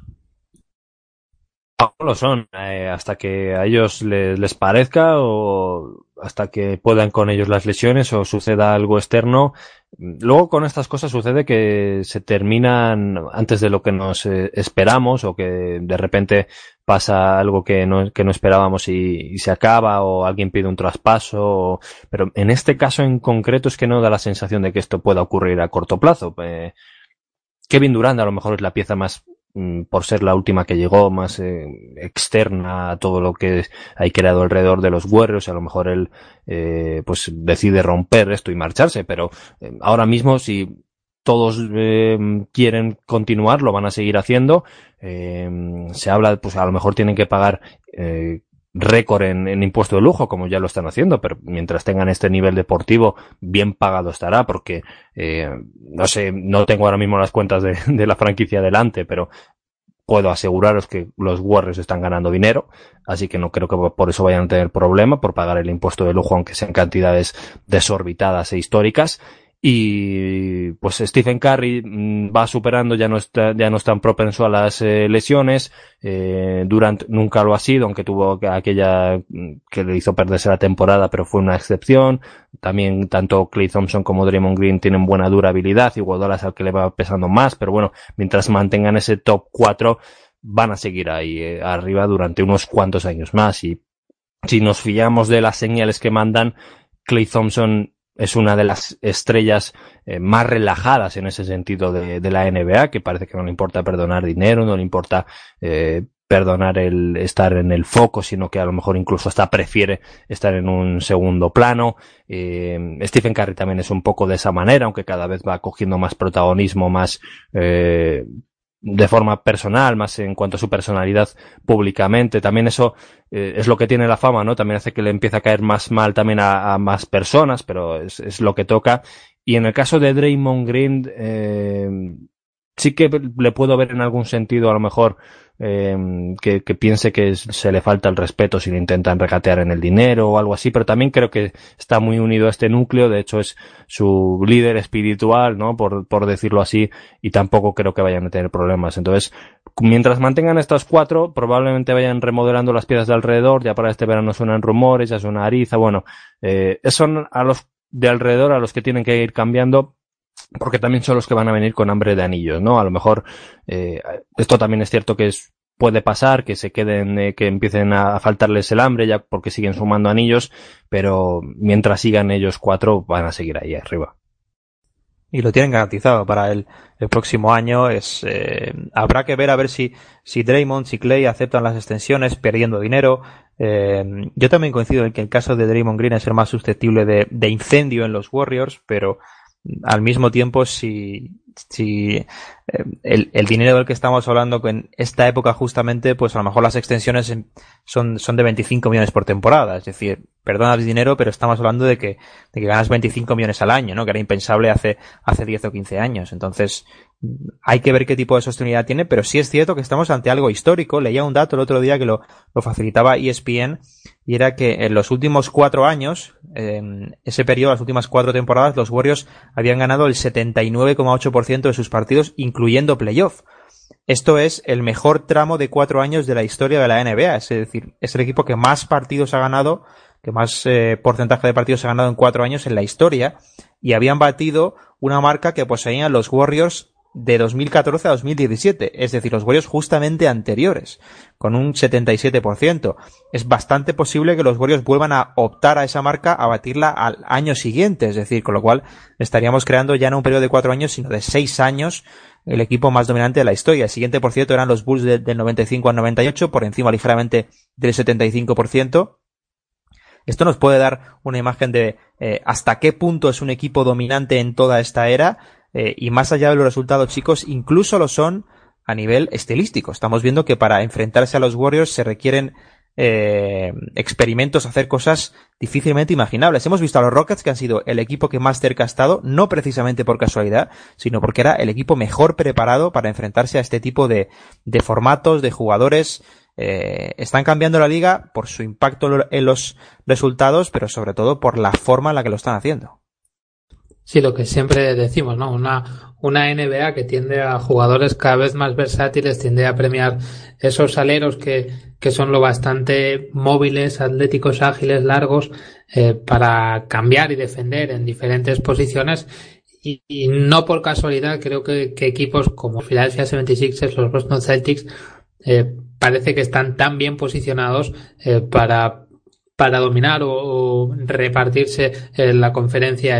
Speaker 6: No lo son, hasta que a ellos les parezca o hasta que puedan con ellos las lesiones o suceda algo externo. Luego con estas cosas sucede que se terminan antes de lo que nos esperamos, o que de repente pasa algo que no esperábamos y se acaba, o alguien pide un traspaso, pero en este caso en concreto es que no da la sensación de que esto pueda ocurrir a corto plazo. Kevin Durant a lo mejor es la pieza más, por ser la última que llegó, más externa a todo lo que hay creado alrededor de los Warriors. A lo mejor él pues decide romper esto y marcharse, pero ahora mismo si todos quieren continuar lo van a seguir haciendo. Se habla, pues a lo mejor tienen que pagar récord en impuesto de lujo, como ya lo están haciendo, pero mientras tengan este nivel deportivo, bien pagado estará, porque no sé, no tengo ahora mismo las cuentas de la franquicia delante, pero puedo aseguraros que los Warriors están ganando dinero, así que no creo que por eso vayan a tener problema por pagar el impuesto de lujo, aunque sean cantidades desorbitadas e históricas. Y pues Stephen Curry va superando, ya no es tan propenso a las lesiones. Durant nunca lo ha sido, aunque tuvo aquella que le hizo perderse la temporada, pero fue una excepción. También tanto Klay Thompson como Draymond Green tienen buena durabilidad, Iguodala es al que le va pesando más, pero bueno, mientras mantengan ese top 4 van a seguir ahí arriba durante unos cuantos años más. Y si nos fiamos de las señales que mandan, Klay Thompson es una de las estrellas más relajadas en ese sentido de la NBA, que parece que no le importa perdonar dinero, no le importa perdonar el estar en el foco, sino que a lo mejor incluso hasta prefiere estar en un segundo plano. Stephen Curry también es un poco de esa manera, aunque cada vez va cogiendo más protagonismo, más de forma personal, más en cuanto a su personalidad públicamente. También eso es lo que tiene la fama, ¿no? También hace que le empiece a caer más mal también a más personas, pero es lo que toca. Y en el caso de Draymond Green, sí que le puedo ver en algún sentido a lo mejor que piense que se le falta el respeto si le intentan regatear en el dinero o algo así, pero también creo que está muy unido a este núcleo. De hecho es su líder espiritual, ¿no? Por decirlo así, y tampoco creo que vayan a tener problemas. Entonces, mientras mantengan estos 4, probablemente vayan remodelando las piezas de alrededor. Ya para este verano suenan rumores, ya suena Ariza, bueno, son a los de alrededor a los que tienen que ir cambiando, porque también son los que van a venir con hambre de anillos, ¿no? A lo mejor esto también es cierto que puede pasar, que se queden, que empiecen a faltarles el hambre ya porque siguen sumando anillos, pero mientras sigan ellos 4 van a seguir ahí arriba.
Speaker 5: Y lo tienen garantizado para el próximo año. Habrá que ver a ver si Draymond, si Klay aceptan las extensiones perdiendo dinero. Yo también coincido en que el caso de Draymond Green es el más susceptible de incendio en los Warriors, pero al mismo tiempo si el dinero del que estamos hablando en esta época justamente, pues a lo mejor las extensiones son de 25 millones por temporada, es decir, perdonas dinero, pero estamos hablando de que ganas 25 millones al año, ¿no? Que era impensable hace 10 o 15 años. Entonces hay que ver qué tipo de sostenibilidad tiene, pero sí es cierto que estamos ante algo histórico. Leía un dato el otro día que lo facilitaba ESPN, y era que en los últimos 4 años, en ese periodo, las últimas 4 temporadas, los Warriors habían ganado el 79,8% de sus partidos, incluyendo playoff. esto es el mejor tramo de 4 años de la historia de la NBA. Es decir, es el equipo que más partidos ha ganado, que más porcentaje de partidos ha ganado en 4 años en la historia, y habían batido una marca que poseían los Warriors de 2014 a 2017, es decir, los Warriors justamente anteriores, con un 77%. Es bastante posible que los Warriors vuelvan a optar a esa marca, a batirla al año siguiente, es decir, con lo cual estaríamos creando ya no un periodo de 4 años, sino de 6 años el equipo más dominante de la historia. El siguiente, por cierto, eran los Bulls del 95 al 98, por encima ligeramente del 75%. Esto nos puede dar una imagen de hasta qué punto es un equipo dominante en toda esta era, y más allá de los resultados, chicos, incluso lo son a nivel estilístico. Estamos viendo que para enfrentarse a los Warriors se requieren experimentos, hacer cosas difícilmente imaginables. Hemos visto a los Rockets, que han sido el equipo que más cerca ha estado, no precisamente por casualidad, sino porque era el equipo mejor preparado para enfrentarse a este tipo de formatos, de jugadores. Están cambiando la liga por su impacto en los resultados, pero sobre todo por la forma en la que lo están haciendo.
Speaker 7: Sí, lo que siempre decimos, ¿no? Una NBA que tiende a jugadores cada vez más versátiles, tiende a premiar esos aleros que son lo bastante móviles, atléticos, ágiles, largos, para cambiar y defender en diferentes posiciones. Y no por casualidad creo que equipos como Philadelphia 76ers, los Boston Celtics, parece que están tan bien posicionados para dominar o repartirse en la conferencia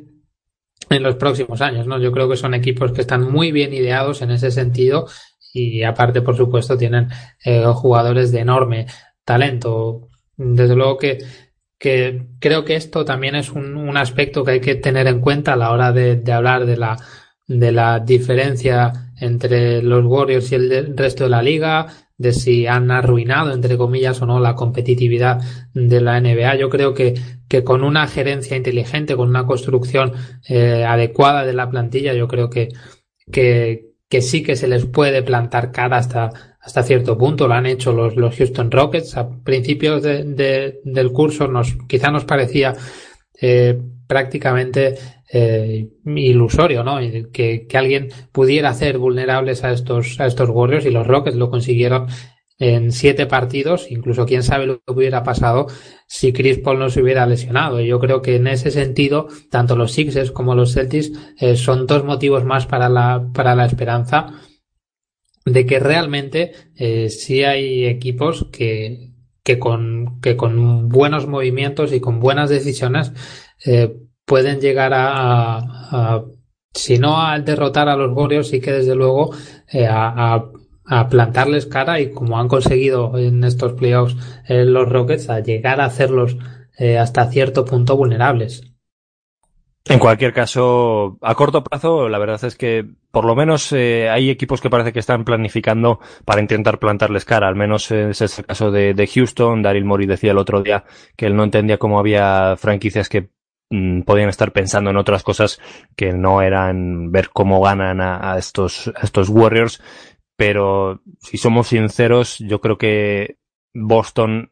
Speaker 7: en los próximos años, ¿no? Yo creo que son equipos que están muy bien ideados en ese sentido, y aparte, por supuesto, tienen jugadores de enorme talento. Desde luego que creo que esto también es un aspecto que hay que tener en cuenta a la hora de hablar de la diferencia entre los Warriors y el resto de la liga, de si han arruinado, entre comillas, o no, la competitividad de la NBA. Yo creo que con una gerencia inteligente, con una construcción adecuada de la plantilla, yo creo que sí que se les puede plantar cara hasta cierto punto. Lo han hecho los Houston Rockets. A principios del curso quizá nos parecía prácticamente ilusorio, ¿no? Que alguien pudiera hacer vulnerables a estos Warriors, y los Rockets lo consiguieron en 7 partidos. Incluso quién sabe lo que hubiera pasado si Chris Paul no se hubiera lesionado. Y yo creo que en ese sentido, tanto los Sixers como los Celtics son 2 motivos más para la esperanza de que realmente sí hay equipos que con buenos movimientos y con buenas decisiones pueden llegar a si no a derrotar a los Warriors, sí que desde luego a plantarles cara, y como han conseguido en estos playoffs los Rockets, a llegar a hacerlos hasta cierto punto vulnerables.
Speaker 6: En cualquier caso, a corto plazo, la verdad es que por lo menos hay equipos que parece que están planificando para intentar plantarles cara. Al menos ese es el caso de Houston. Daryl Morey decía el otro día que él no entendía cómo había franquicias que podían estar pensando en otras cosas que no eran ver cómo ganan a estos Warriors. Pero si somos sinceros, yo creo que Boston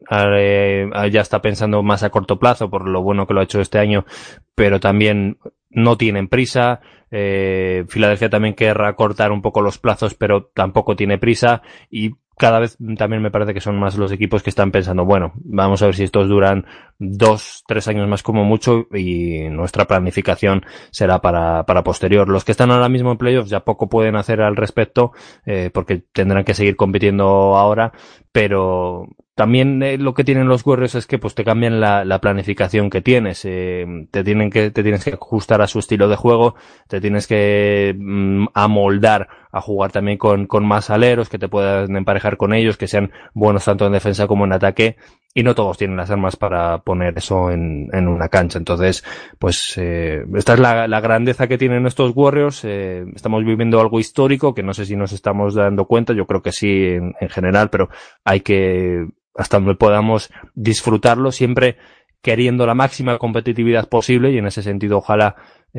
Speaker 6: ya está pensando más a corto plazo por lo bueno que lo ha hecho este año, pero también no tienen prisa. Filadelfia también querrá cortar un poco los plazos, pero tampoco tiene prisa, y cada vez también me parece que son más los equipos que están pensando, bueno, vamos a ver si estos duran 2-3 años más como mucho, y nuestra planificación será para posterior. Los que están ahora mismo en playoffs ya poco pueden hacer al respecto, porque tendrán que seguir compitiendo ahora, pero también lo que tienen los Warriors es que pues te cambian la planificación que tienes. Te tienes que ajustar a su estilo de juego, te tienes que amoldar a jugar también con más aleros, que te puedan emparejar con ellos, que sean buenos tanto en defensa como en ataque, y no todos tienen las armas para poner eso en una cancha. Entonces, pues esta es la grandeza que tienen estos Warriors. Estamos viviendo algo histórico que no sé si nos estamos dando cuenta, yo creo que sí en general, pero hay que, hasta donde podamos, disfrutarlo, siempre queriendo la máxima competitividad posible, y en ese sentido ojalá,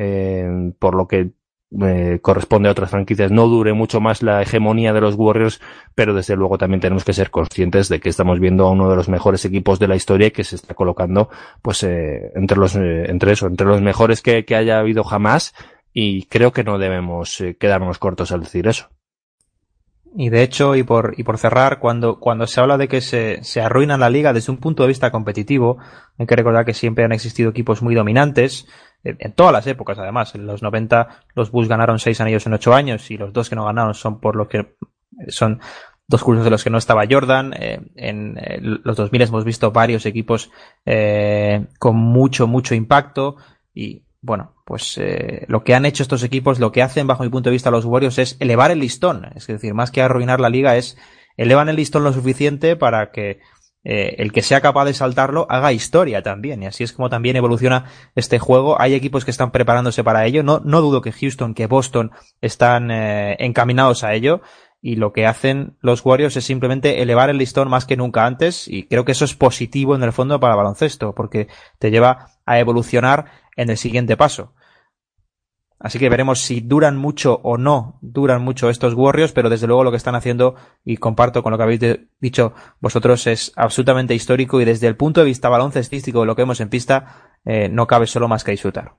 Speaker 6: por lo que corresponde a otras franquicias, no dure mucho más la hegemonía de los Warriors, pero desde luego también tenemos que ser conscientes de que estamos viendo a uno de los mejores equipos de la historia, y que se está colocando pues entre los mejores que haya habido jamás, y creo que no debemos quedarnos cortos al decir eso.
Speaker 5: Y de hecho, y por cerrar, cuando se habla de que se arruina la liga desde un punto de vista competitivo, hay que recordar que siempre han existido equipos muy dominantes, en todas las épocas además. En los 90 los Bulls ganaron 6 anillos en 8 años, y los 2 que no ganaron son por lo que son 2 cursos de los que no estaba Jordan. En los 2000 hemos visto varios equipos con mucho impacto, y bueno, pues lo que han hecho estos equipos, lo que hacen bajo mi punto de vista los Warriors, es elevar el listón. Es decir, más que arruinar la liga, elevan el listón lo suficiente para que el que sea capaz de saltarlo haga historia también. Y así es como también evoluciona este juego. Hay equipos que están preparándose para ello. No dudo que Houston, que Boston están encaminados a ello. Y lo que hacen los Warriors es simplemente elevar el listón más que nunca antes, y creo que eso es positivo en el fondo para el baloncesto, porque te lleva a evolucionar en el siguiente paso. Así que veremos si duran mucho o no duran mucho estos Warriors, pero desde luego lo que están haciendo, y comparto con lo que habéis dicho vosotros, es absolutamente histórico, y desde el punto de vista baloncestístico de lo que vemos en pista, no cabe solo más que disfrutar.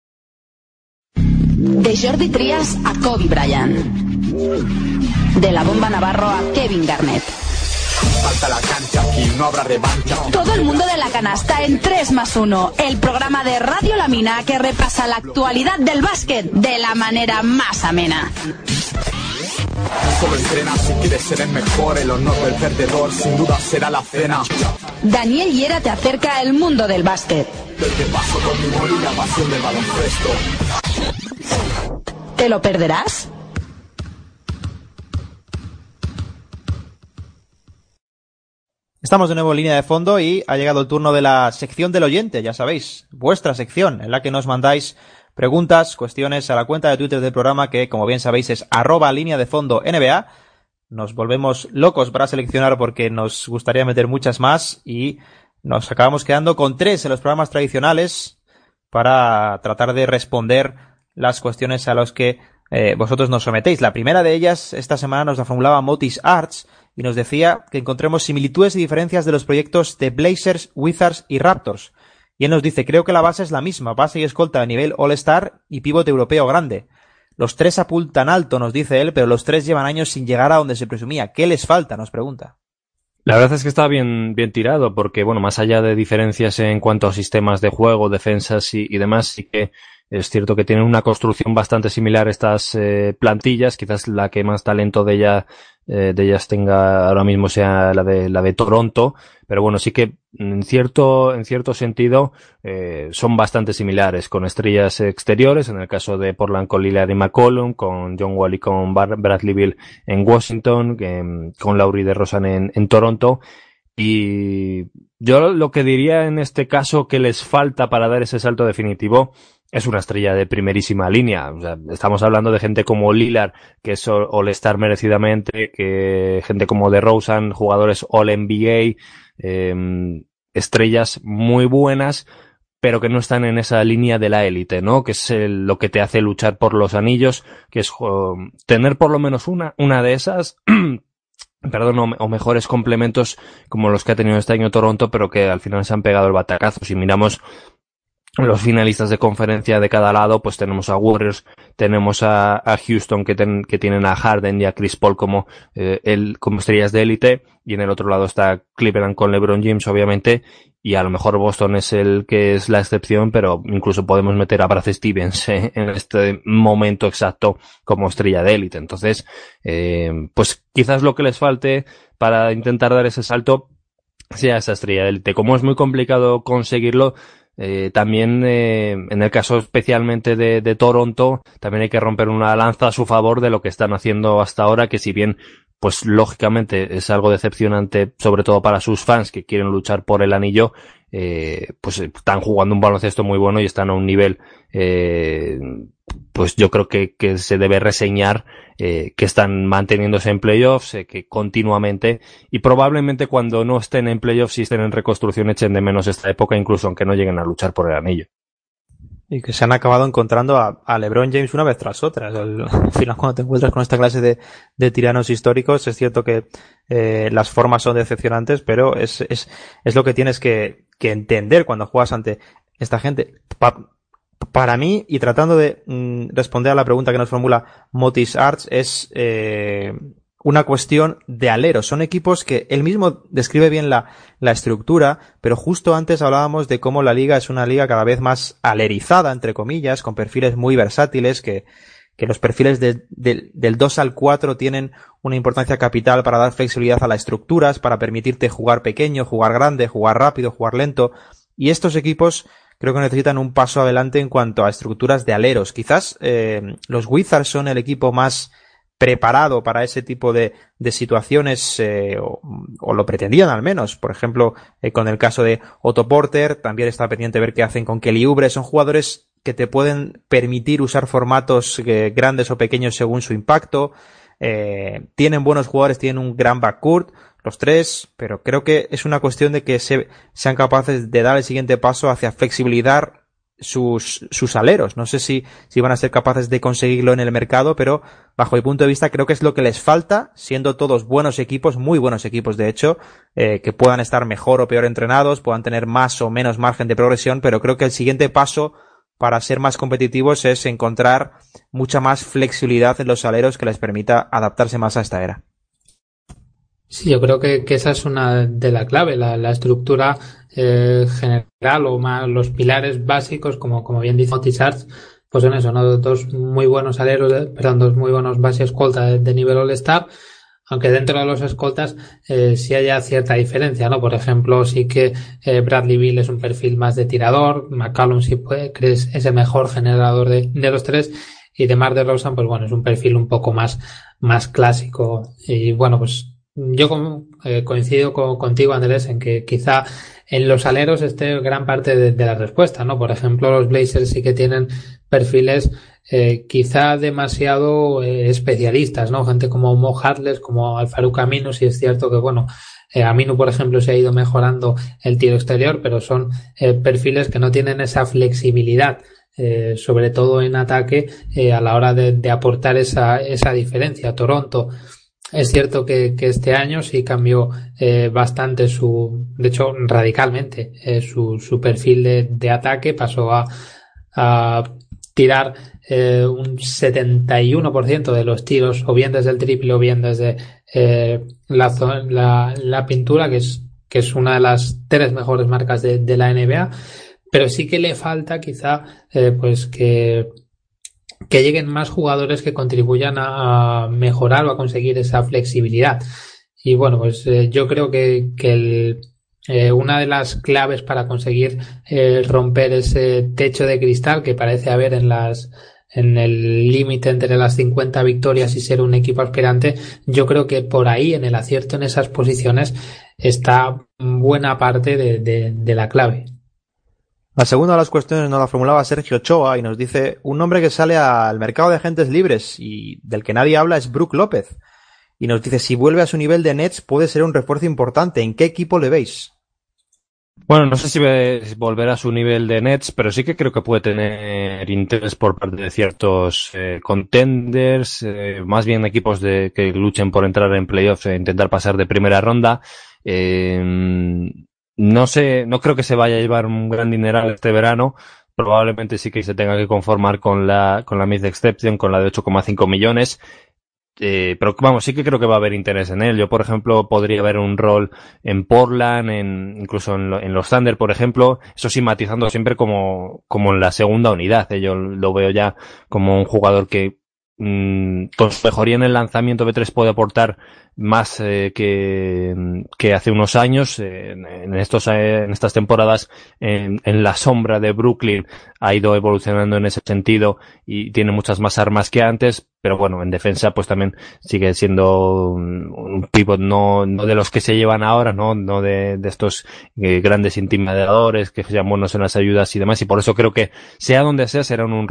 Speaker 10: De Jordi Trias a Kobe Bryant. De la Bomba Navarro a Kevin Garnett.
Speaker 11: Falta la cancha, aquí no habrá revancha.
Speaker 10: Todo el mundo de la canasta en 3+1, el programa de Radio La Mina que repasa la actualidad del básquet de la manera más amena.
Speaker 11: Solo entrena si quieres ser el mejor, el honor del perdedor sin duda será la cena.
Speaker 10: Daniel Hiera te acerca al mundo del básquet.
Speaker 11: Del que paso con mi humor y la pasión del baloncesto.
Speaker 10: ¿Te lo perderás?
Speaker 5: Estamos de nuevo en línea de fondo y ha llegado el turno de la sección del oyente, ya sabéis, vuestra sección, en la que nos mandáis preguntas, cuestiones a la cuenta de Twitter del programa, que como bien sabéis es @lineadefondo_NBA. Nos volvemos locos para seleccionar porque nos gustaría meter muchas más, y nos acabamos quedando con 3 en los programas tradicionales para tratar de responder las cuestiones a las que vosotros nos sometéis. La primera de ellas esta semana nos la formulaba Motis Arts y nos decía que encontremos similitudes y diferencias de los proyectos de Blazers, Wizards y Raptors. Y él nos dice: creo que la base es la misma, base y escolta a nivel All-Star y pivote europeo grande. Los 3 apuntan alto, nos dice él, pero los 3 llevan años sin llegar a donde se presumía. ¿Qué les falta?, nos pregunta.
Speaker 6: La verdad es que está bien tirado, porque bueno, más allá de diferencias en cuanto a sistemas de juego, defensas y demás, sí que es cierto que tienen una construcción bastante similar estas plantillas. Quizás la que más talento de ellas tenga ahora mismo sea la de Toronto, pero bueno, sí que en cierto sentido son bastante similares, con estrellas exteriores, en el caso de Portland con Lillard y McCollum, con John Wall y con Bradley Beal en Washington, con Lauri DeRozan en Toronto. Y yo lo que diría en este caso que les falta para dar ese salto definitivo es una estrella de primerísima línea. O sea, estamos hablando de gente como Lillard, que es All-Star merecidamente, que gente como DeRozan, jugadores All-NBA, estrellas muy buenas, pero que no están en esa línea de la élite, ¿no? Que es lo que te hace luchar por los anillos, que es tener por lo menos una de esas, perdón, o mejores complementos como los que ha tenido este año Toronto, pero que al final se han pegado el batacazo. Si miramos los finalistas de conferencia de cada lado, pues tenemos a Warriors, tenemos a Houston que tienen a Harden y a Chris Paul como estrellas de élite, y en el otro lado está Cleveland con LeBron James, obviamente, y a lo mejor Boston es el que es la excepción, pero incluso podemos meter a Brad Stevens en este momento exacto como estrella de élite. Entonces, pues quizás lo que les falte para intentar dar ese salto sea esa estrella de élite. Como es muy complicado conseguirlo, también en el caso especialmente de Toronto, también hay que romper una lanza a su favor de lo que están haciendo hasta ahora, que si bien pues lógicamente es algo decepcionante, sobre todo para sus fans que quieren luchar por el anillo, pues están jugando un baloncesto muy bueno y están a un nivel pues yo creo que se debe reseñar, que están manteniéndose en playoffs, que continuamente, y probablemente cuando no estén en playoffs y estén en reconstrucción echen de menos esta época, incluso aunque no lleguen a luchar por el anillo.
Speaker 5: Y que se han acabado encontrando a LeBron James una vez tras otra. Al final, cuando te encuentras con esta clase de tiranos históricos, es cierto que las formas son decepcionantes, pero es lo que tienes que entender cuando juegas ante esta gente. Para mí, y tratando de responder a la pregunta que nos formula Motis Arts, es una cuestión de aleros. Son equipos que él mismo describe bien la estructura, pero justo antes hablábamos de cómo la liga es una liga cada vez más alerizada, entre comillas, con perfiles muy versátiles, que los perfiles del 2 al 4 tienen una importancia capital para dar flexibilidad a las estructuras, para permitirte jugar pequeño, jugar grande, jugar rápido, jugar lento. Y estos equipos creo que necesitan un paso adelante en cuanto a estructuras de aleros. Quizás los Wizards son el equipo más preparado para ese tipo de situaciones, o lo pretendían al menos. Por ejemplo, con el caso de Otto Porter, también está pendiente ver qué hacen con Kelly Oubre. Son jugadores que te pueden permitir usar formatos grandes o pequeños según su impacto. Tienen buenos jugadores, tienen un gran backcourt, los tres, pero creo que es una cuestión de que sean capaces de dar el siguiente paso hacia flexibilizar sus aleros. No sé si van a ser capaces de conseguirlo en el mercado, pero bajo mi punto de vista creo que es lo que les falta, siendo todos buenos equipos, muy buenos equipos de hecho, que puedan estar mejor o peor entrenados, puedan tener más o menos margen de progresión, pero creo que el siguiente paso para ser más competitivos es encontrar mucha más flexibilidad en los aleros que les permita adaptarse más a esta era.
Speaker 7: Sí, yo creo que esa es una de las claves, la estructura general o más los pilares básicos, como bien dice Motizards, pues son eso, ¿no? Dos muy buenos aleros, dos muy buenos base escolta de nivel All-Star, aunque dentro de los escoltas sí haya cierta diferencia, ¿no? Por ejemplo, sí que Bradley Beal es un perfil más de tirador, McCallum sí es el mejor generador de los tres, y DeMar DeRozan, pues bueno, es un perfil un poco más clásico. Y bueno, pues yo coincido contigo, Andrés, en que quizá en los aleros esté gran parte de la respuesta, ¿no? Por ejemplo, los Blazers sí que tienen perfiles quizá demasiado especialistas, ¿no? Gente como Mo Harkless, como Al-Farouq Aminu, sí es cierto que, bueno, Aminu, por ejemplo, se ha ido mejorando el tiro exterior, pero son perfiles que no tienen esa flexibilidad, sobre todo en ataque, a la hora de aportar esa diferencia. Toronto, es cierto que este año sí cambió bastante de hecho radicalmente, su perfil de ataque. Pasó a tirar un 71% de los tiros o bien desde el triple o bien desde la pintura, que es una de las 3 mejores marcas de la NBA, pero sí que le falta quizá pues que lleguen más jugadores que contribuyan a mejorar o a conseguir esa flexibilidad. Y bueno, pues yo creo que una de las claves para conseguir romper ese techo de cristal que parece haber en el límite entre las 50 victorias y ser un equipo aspirante, yo creo que por ahí, en el acierto en esas posiciones, está buena parte de la clave.
Speaker 5: La segunda de las cuestiones nos la formulaba Sergio Ochoa y nos dice: un nombre que sale al mercado de agentes libres y del que nadie habla es Brook López. Y nos dice: si vuelve a su nivel de Nets puede ser un refuerzo importante. ¿En qué equipo le veis?
Speaker 6: Bueno, no sé si volverá a su nivel de Nets, pero sí que creo que puede tener interés por parte de ciertos contenders, más bien equipos que luchen por entrar en playoffs e intentar pasar de primera ronda. No sé, no creo que se vaya a llevar un gran dineral este verano. Probablemente sí que se tenga que conformar con la mid exception, con la de 8,5 millones. Pero vamos, sí que creo que va a haber interés en él. Yo, por ejemplo, podría ver un rol en Portland, incluso en los Thunder, por ejemplo. Eso sí, matizando siempre como en la segunda unidad. Yo lo veo ya como un jugador que con su mejoría en el lanzamiento de 3 puede aportar más que hace unos años. En estas temporadas en la sombra de Brooklyn ha ido evolucionando en ese sentido y tiene muchas más armas que antes, pero bueno, en defensa pues también sigue siendo un pivot no de los que se llevan ahora, no de estos grandes intimidadores que sean buenos en las ayudas y demás, y por eso creo que sea donde sea será en un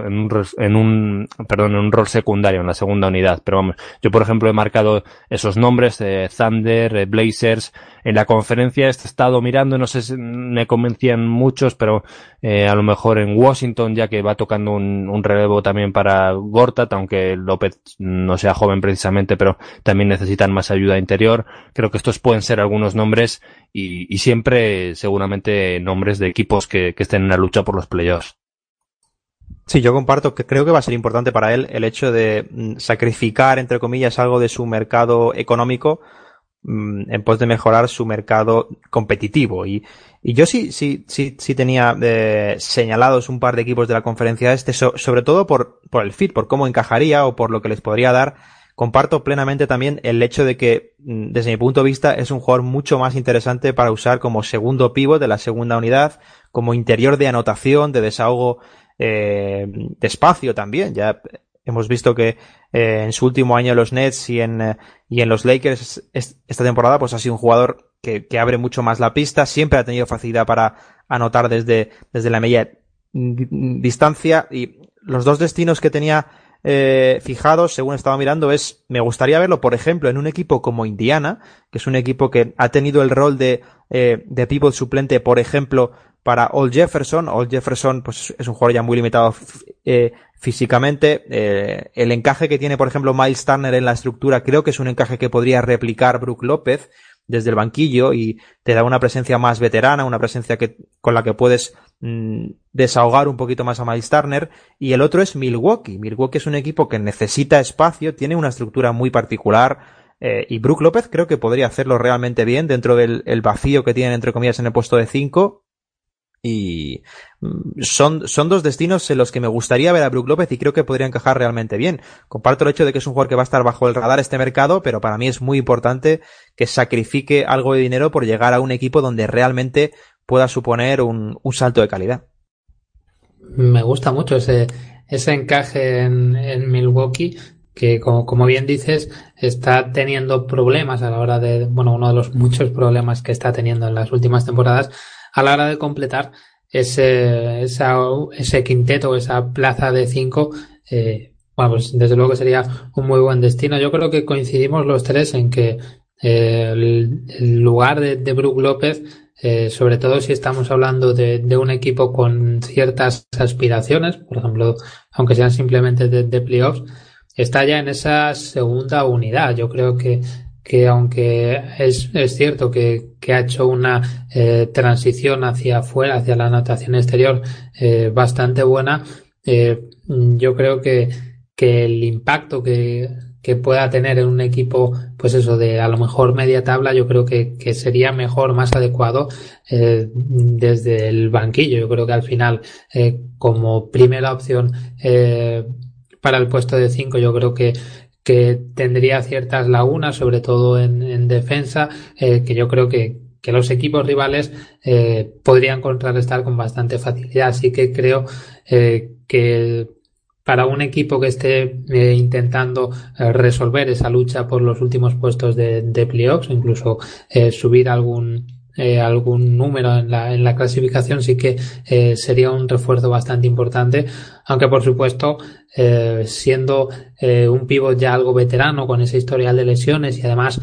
Speaker 6: rol secundario en la segunda unidad. Pero vamos, yo por ejemplo he marcado esos nombres, Thunder, Blazers. En la conferencia he estado mirando, no sé si me convencían muchos, pero a lo mejor en Washington, ya que va tocando un relevo también para Gortat, aunque López no sea joven precisamente, pero también necesitan más ayuda interior. Creo que estos pueden ser algunos nombres y siempre seguramente nombres de equipos que estén en la lucha por los playoffs.
Speaker 5: Sí, yo comparto que creo que va a ser importante para él el hecho de sacrificar, entre comillas, algo de su mercado económico en pos de mejorar su mercado competitivo. Y yo sí tenía señalados un par de equipos de la conferencia sobre todo por el fit, por cómo encajaría o por lo que les podría dar. Comparto plenamente también el hecho de que, desde mi punto de vista, es un jugador mucho más interesante para usar como segundo pívot de la segunda unidad, como interior de anotación, de desahogo de espacio también. Ya hemos visto que en su último año en los Nets y en los Lakers esta temporada pues ha sido un jugador que abre mucho más la pista, siempre ha tenido facilidad para anotar desde la media distancia, y los dos destinos que tenía fijados, según estaba mirando, me gustaría verlo, por ejemplo, en un equipo como Indiana, que es un equipo que ha tenido el rol de pívot suplente, por ejemplo, para Al Jefferson. Al Jefferson pues es un jugador ya muy limitado físicamente. El encaje que tiene, por ejemplo, Miles Turner en la estructura, creo que es un encaje que podría replicar Brook López desde el banquillo, y te da una presencia más veterana, una presencia con la que puedes desahogar un poquito más a Miles Turner. Y el otro es Milwaukee. Milwaukee es un equipo que necesita espacio, tiene una estructura muy particular, y Brook López creo que podría hacerlo realmente bien dentro del vacío que tienen, entre comillas, en el puesto de 5. Y son dos destinos en los que me gustaría ver a Brook López y creo que podría encajar realmente bien. Comparto el hecho de que es un jugador que va a estar bajo el radar este mercado, pero para mí es muy importante que sacrifique algo de dinero por llegar a un equipo donde realmente pueda suponer un salto de calidad.
Speaker 7: Me gusta mucho ese encaje en Milwaukee, que como bien dices, está teniendo problemas a la hora de, uno de los muchos problemas que está teniendo en las últimas temporadas a la hora de completar ese quinteto, esa plaza de 5. Pues desde luego que sería un muy buen destino. Yo creo que coincidimos los tres en que el lugar de Brook López, sobre todo si estamos hablando de un equipo con ciertas aspiraciones, por ejemplo, aunque sean simplemente de playoffs, está ya en esa segunda unidad. Yo creo que aunque es cierto que ha hecho una transición hacia afuera, hacia la anotación exterior bastante buena, yo creo que el impacto que pueda tener en un equipo, pues eso, de a lo mejor media tabla, yo creo que sería mejor, más adecuado desde el banquillo. Yo creo que al final, como primera opción para el puesto de 5, yo creo que tendría ciertas lagunas, sobre todo en defensa, que yo creo que los equipos rivales podrían contrarrestar con bastante facilidad. Así que creo que para un equipo que esté intentando resolver esa lucha por los últimos puestos de playoffs, incluso subir algún número en la clasificación, sí que sería un refuerzo bastante importante, aunque por supuesto siendo un pívot ya algo veterano con ese historial de lesiones, y además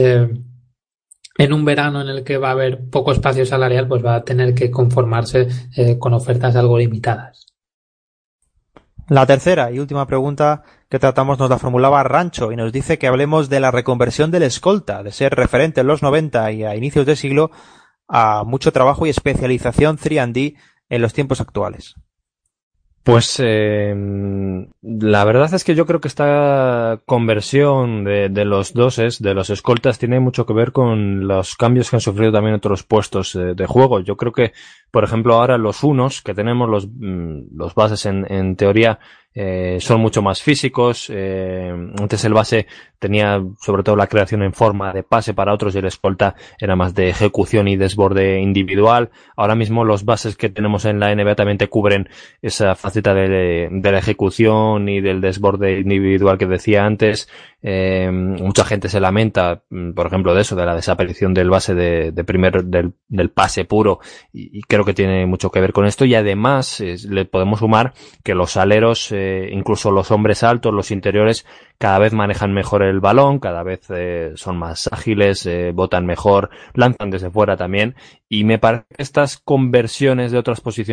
Speaker 7: en un verano en el que va a haber poco espacio salarial, pues va a tener que conformarse con ofertas algo limitadas.
Speaker 5: La tercera y última pregunta que tratamos nos la formulaba Rancho y nos dice que hablemos de la reconversión del escolta, de ser referente en los 90 y a inicios de siglo a mucho trabajo y especialización 3&D en los tiempos actuales.
Speaker 6: Pues la verdad es que yo creo que esta conversión de los doses, de los escoltas, tiene mucho que ver con los cambios que han sufrido también otros puestos de juego. Yo creo que, por ejemplo, ahora los unos que tenemos, los bases en teoría, son mucho más físicos. Antes el base tenía sobre todo la creación en forma de pase para otros y el escolta era más de ejecución y desborde individual. Ahora mismo los bases que tenemos en la NBA también te cubren esa faceta de la ejecución y del desborde individual que decía antes. Mucha gente se lamenta, por ejemplo, de eso, de la desaparición del base del pase puro, y creo que tiene mucho que ver con esto. Y además le podemos sumar que los aleros, incluso los hombres altos, los interiores, cada vez manejan mejor el balón, cada vez son más ágiles, botan mejor, lanzan desde fuera también, y me parece que estas conversiones de otras posiciones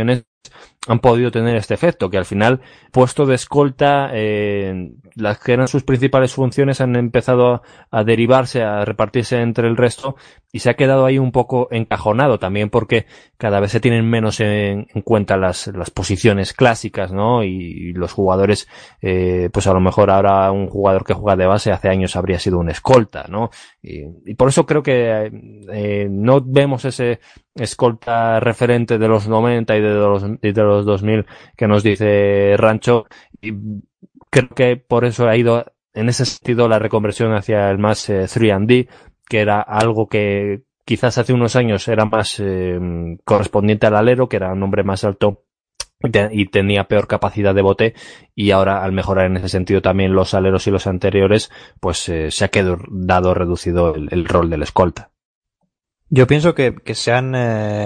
Speaker 6: han podido tener este efecto, que al final, puesto de escolta, las que eran sus principales funciones han empezado a derivarse, a repartirse entre el resto, y se ha quedado ahí un poco encajonado también porque cada vez se tienen menos en cuenta las posiciones clásicas, ¿no? Y los jugadores, pues a lo mejor ahora un jugador que juega de base hace años habría sido un escolta, ¿no? Y por eso creo que no vemos ese escolta referente de los 90 y de los 2000 que nos dice Rancho, y creo que por eso ha ido en ese sentido la reconversión hacia el más 3&D, que era algo que quizás hace unos años era más correspondiente al alero, que era un hombre más alto y tenía peor capacidad de bote, y ahora al mejorar en ese sentido también los aleros y los anteriores, pues se ha quedado reducido el rol del escolta.
Speaker 5: Yo pienso que se han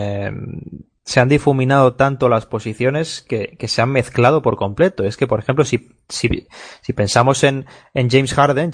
Speaker 5: difuminado tanto las posiciones que se han mezclado por completo. Es que, por ejemplo, si pensamos en James Harden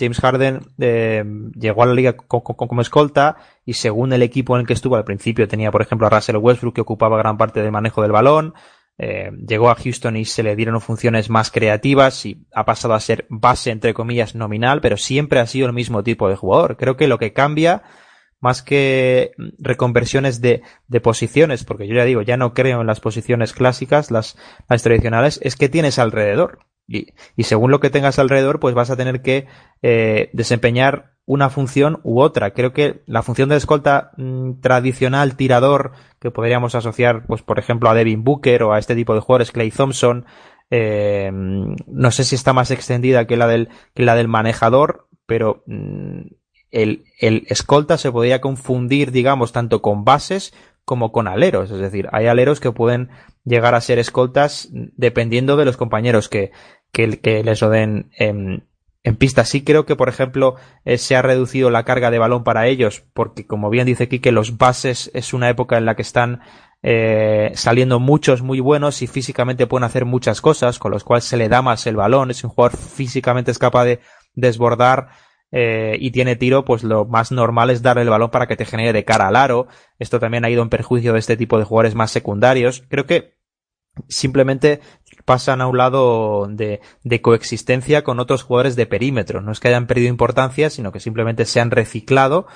Speaker 5: llegó a la liga como escolta, y según el equipo en el que estuvo al principio tenía, por ejemplo, a Russell Westbrook, que ocupaba gran parte del manejo del balón. Llegó a Houston y se le dieron funciones más creativas y ha pasado a ser base, entre comillas, nominal, pero siempre ha sido el mismo tipo de jugador. Creo que lo que cambia, más que reconversiones de posiciones, porque yo ya digo, ya no creo en las posiciones clásicas, las tradicionales, es que tienes alrededor. Y según lo que tengas alrededor, pues vas a tener que desempeñar una función u otra. Creo que la función de escolta tradicional, tirador, que podríamos asociar, pues por ejemplo, a Devin Booker o a este tipo de jugadores, Klay Thompson, no sé si está más extendida que la del manejador, pero el escolta se podría confundir, digamos, tanto con bases como con aleros. Es decir, hay aleros que pueden llegar a ser escoltas dependiendo de los compañeros que les rodeen en pista. Sí creo que, por ejemplo, se ha reducido la carga de balón para ellos, porque como bien dice Quique, los bases es una época en la que están saliendo muchos muy buenos y físicamente pueden hacer muchas cosas, con los cuales se le da más el balón. Es un jugador físicamente, es capaz de desbordar y tiene tiro, pues lo más normal es darle el balón para que te genere de cara al aro. Esto también ha ido en perjuicio de este tipo de jugadores más secundarios. Creo que simplemente pasan a un lado de coexistencia con otros jugadores de perímetro. No es que hayan perdido importancia, sino que simplemente se han reciclado.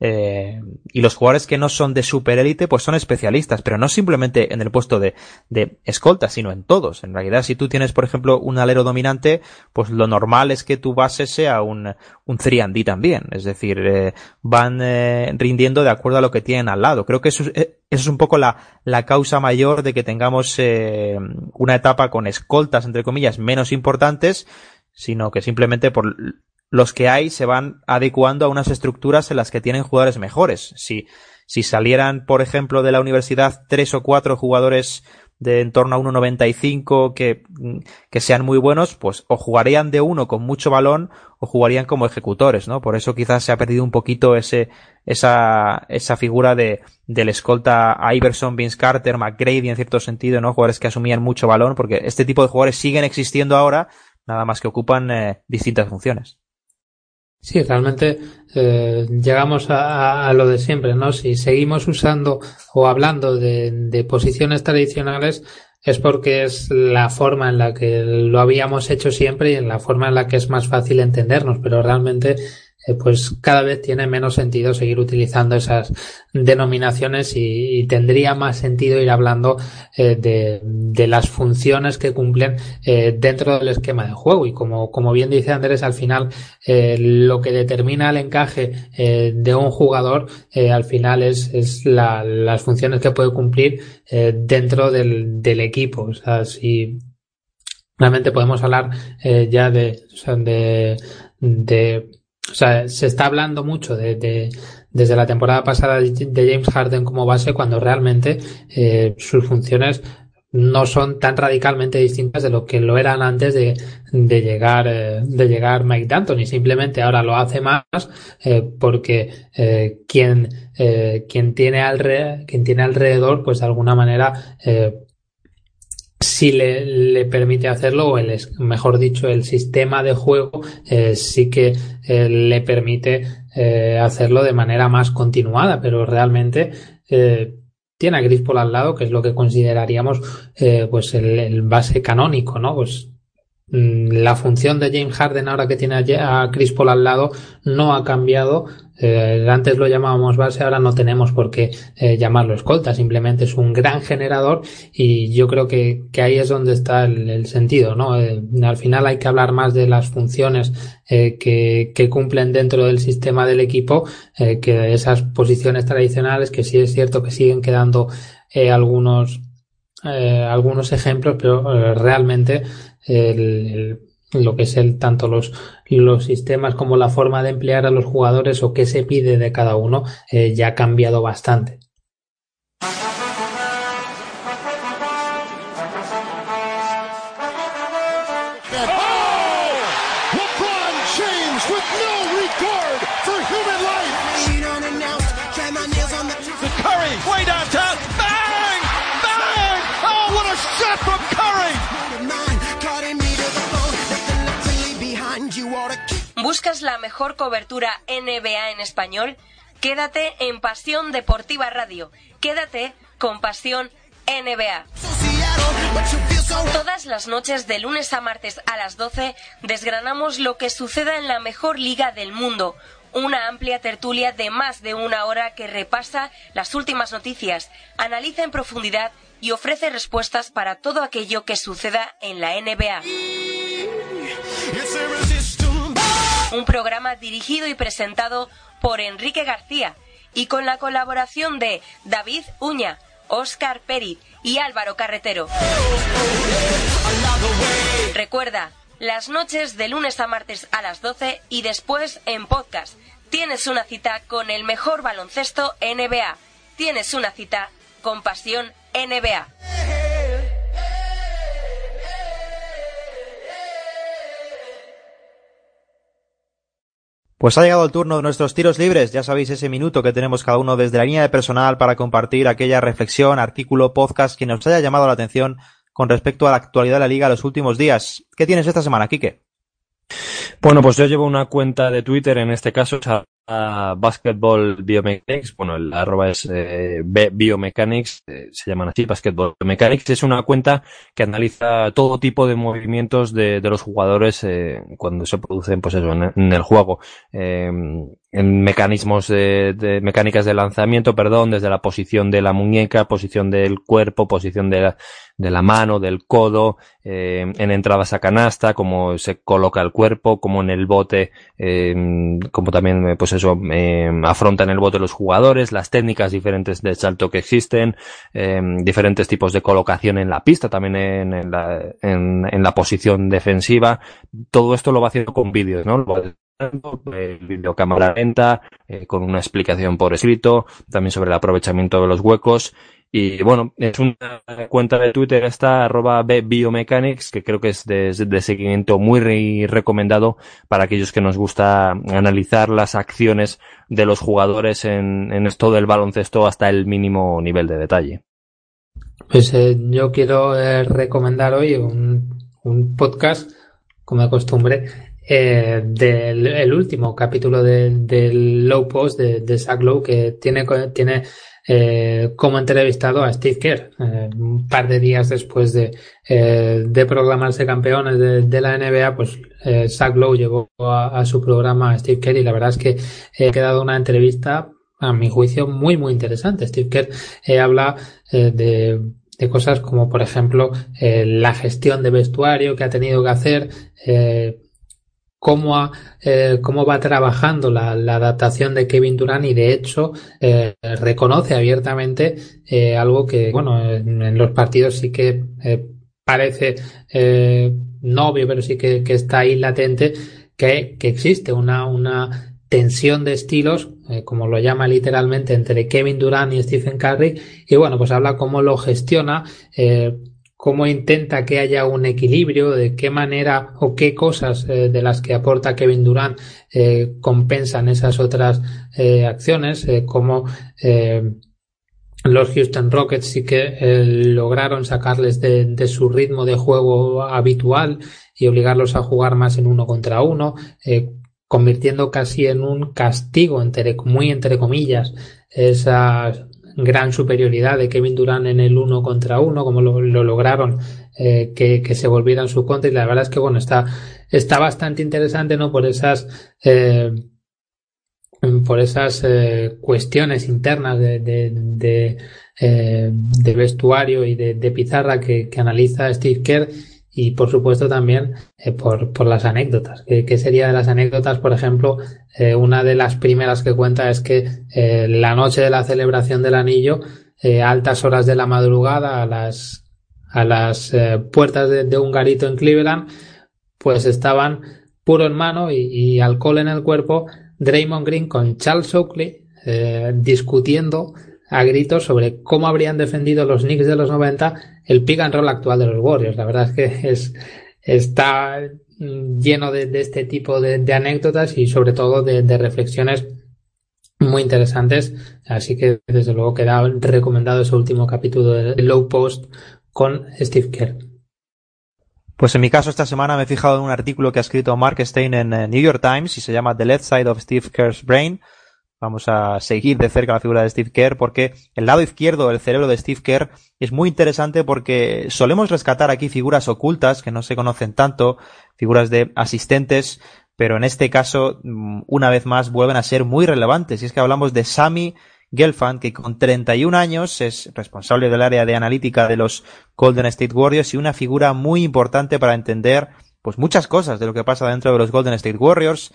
Speaker 5: Y los jugadores que no son de superélite pues son especialistas, pero no simplemente en el puesto de escolta, sino en todos. En realidad, si tú tienes, por ejemplo, un alero dominante, pues lo normal es que tu base sea un 3&D también. Es decir, van rindiendo de acuerdo a lo que tienen al lado. Creo que eso es un poco la causa mayor de que tengamos una etapa con escoltas, entre comillas, menos importantes, sino que simplemente por los que hay se van adecuando a unas estructuras en las que tienen jugadores mejores. Si salieran, por ejemplo, de la universidad 3 o 4 jugadores de en torno a 1,95 que sean muy buenos, pues o jugarían de uno con mucho balón o jugarían como ejecutores, ¿no? Por eso quizás se ha perdido un poquito esa figura del escolta Iverson, Vince Carter, McGrady en cierto sentido, ¿no? Jugadores que asumían mucho balón, porque este tipo de jugadores siguen existiendo ahora, nada más que ocupan distintas funciones.
Speaker 7: Sí, realmente llegamos a lo de siempre, ¿no? Si seguimos usando o hablando de posiciones tradicionales es porque es la forma en la que lo habíamos hecho siempre y en la forma en la que es más fácil entendernos, pero realmente pues cada vez tiene menos sentido seguir utilizando esas denominaciones y tendría más sentido ir hablando de las funciones que cumplen dentro del esquema de juego. Y como bien dice Andrés, al final lo que determina el encaje de un jugador al final es las funciones que puede cumplir dentro del equipo. O sea, si realmente podemos hablar ya o sea, se está hablando mucho desde la temporada pasada de James Harden como base, cuando realmente sus funciones no son tan radicalmente distintas de lo que lo eran antes de llegar Mike D'Antoni. Simplemente ahora lo hace más porque quien tiene alrededor, pues de alguna manera sí le permite hacerlo, o mejor dicho, el sistema de juego sí que le permite hacerlo de manera más continuada, pero realmente tiene a Chris Paul al lado, que es lo que consideraríamos pues el base canónico, ¿no? Pues la función de James Harden ahora que tiene a Chris Paul al lado no ha cambiado. Antes lo llamábamos base, ahora no tenemos por qué llamarlo escolta, simplemente es un gran generador, y yo creo que ahí es donde está el sentido, ¿no? Al final hay que hablar más de las funciones que cumplen dentro del sistema del equipo, que de esas posiciones tradicionales, que sí es cierto que siguen quedando algunos ejemplos, pero realmente lo que es tanto los sistemas como la forma de emplear a los jugadores o qué se pide de cada uno ya ha cambiado bastante.
Speaker 12: ¿Buscas la mejor cobertura NBA en español? Quédate en Pasión Deportiva Radio. Quédate con Pasión NBA. Todas las noches, de lunes a martes a las 12, desgranamos lo que suceda en la mejor liga del mundo. Una amplia tertulia de más de una hora que repasa las últimas noticias, analiza en profundidad y ofrece respuestas para todo aquello que suceda en la NBA. Un programa dirigido y presentado por Enrique García y con la colaboración de David Uña, Óscar Pérez y Álvaro Carretero. Recuerda, las noches de lunes a martes a las 12 y después en podcast. Tienes una cita con el mejor baloncesto NBA. Tienes una cita con Pasión NBA.
Speaker 5: Pues ha llegado el turno de nuestros tiros libres. Ya sabéis, ese minuto que tenemos cada uno desde la línea de personal para compartir aquella reflexión, artículo, podcast que nos haya llamado la atención con respecto a la actualidad de la liga los últimos días. ¿Qué tienes esta semana, Quique?
Speaker 6: Bueno, pues yo llevo una cuenta de Twitter, en este caso a Basketball Biomechanics. Bueno, el arroba es Biomechanics, se llaman así, Basketball Biomechanics. Es una cuenta que analiza todo tipo de movimientos de los jugadores cuando se producen, pues eso, en el juego. En mecanismos de mecánicas de lanzamiento, desde la posición de la muñeca, posición del cuerpo, posición de la mano, del codo, en entradas a canasta, cómo se coloca el cuerpo, como en el bote, como también, pues eso, afrontan el bote los jugadores, las técnicas diferentes de salto que existen, diferentes tipos de colocación en la pista, también en la posición defensiva. Todo esto lo va haciendo con vídeos, ¿no? Videocámara lenta, con una explicación por escrito, también sobre el aprovechamiento de los huecos. Y bueno, es una cuenta de Twitter esta, @Biomechanics, que creo que es de seguimiento muy recomendado para aquellos que nos gusta analizar las acciones de los jugadores en esto del baloncesto hasta el mínimo nivel de detalle.
Speaker 7: Pues yo quiero recomendar hoy un podcast, como de costumbre, del último capítulo del Low Post de Zach Lowe, que tiene como entrevistado a Steve Kerr, un par de días después de proclamarse campeones de la NBA. Pues Zach Lowe llevó a su programa a Steve Kerr, y la verdad es que ha quedado una entrevista, a mi juicio, muy muy interesante. Steve Kerr habla de cosas como, por ejemplo, la gestión de vestuario que ha tenido que hacer, cómo va trabajando la adaptación de Kevin Durant, y de hecho reconoce abiertamente algo que, bueno, en los partidos sí que parece no obvio, pero sí que está ahí latente, que existe una tensión de estilos, como lo llama literalmente, entre Kevin Durant y Stephen Curry, y bueno, pues habla cómo lo gestiona, cómo intenta que haya un equilibrio, de qué manera o qué cosas de las que aporta Kevin Durant compensan esas otras acciones, cómo los Houston Rockets sí que lograron sacarles de su ritmo de juego habitual y obligarlos a jugar más en 1 contra 1, convirtiendo casi en un castigo, entre comillas, esas gran superioridad de Kevin Durant en el 1 contra 1, como lo lograron, que se volviera en su contra, y la verdad es que bueno, está bastante interesante, ¿no? Por esas cuestiones internas de vestuario y de pizarra que analiza Steve Kerr, y por supuesto también por las anécdotas. ¿Qué sería de las anécdotas? Por ejemplo, una de las primeras que cuenta es que la noche de la celebración del anillo, a altas horas de la madrugada, a las puertas de un garito en Cleveland, pues estaban puro en mano y alcohol en el cuerpo, Draymond Green con Charles Oakley discutiendo a gritos sobre cómo habrían defendido los Knicks de los 90 el pick and roll actual de los Warriors. La verdad es que está lleno de este tipo de anécdotas y sobre todo de reflexiones muy interesantes, así que desde luego queda recomendado ese último capítulo de Low Post con Steve Kerr.
Speaker 5: Pues en mi caso esta semana me he fijado en un artículo que ha escrito Mark Stein en New York Times y se llama The Left Side of Steve Kerr's Brain. Vamos a seguir de cerca la figura de Steve Kerr porque el lado izquierdo del cerebro de Steve Kerr es muy interesante porque solemos rescatar aquí figuras ocultas que no se conocen tanto, figuras de asistentes, pero en este caso, una vez más, vuelven a ser muy relevantes. Y es que hablamos de Sammy Gelfand, que con 31 años es responsable del área de analítica de los Golden State Warriors y una figura muy importante para entender pues muchas cosas de lo que pasa dentro de los Golden State Warriors.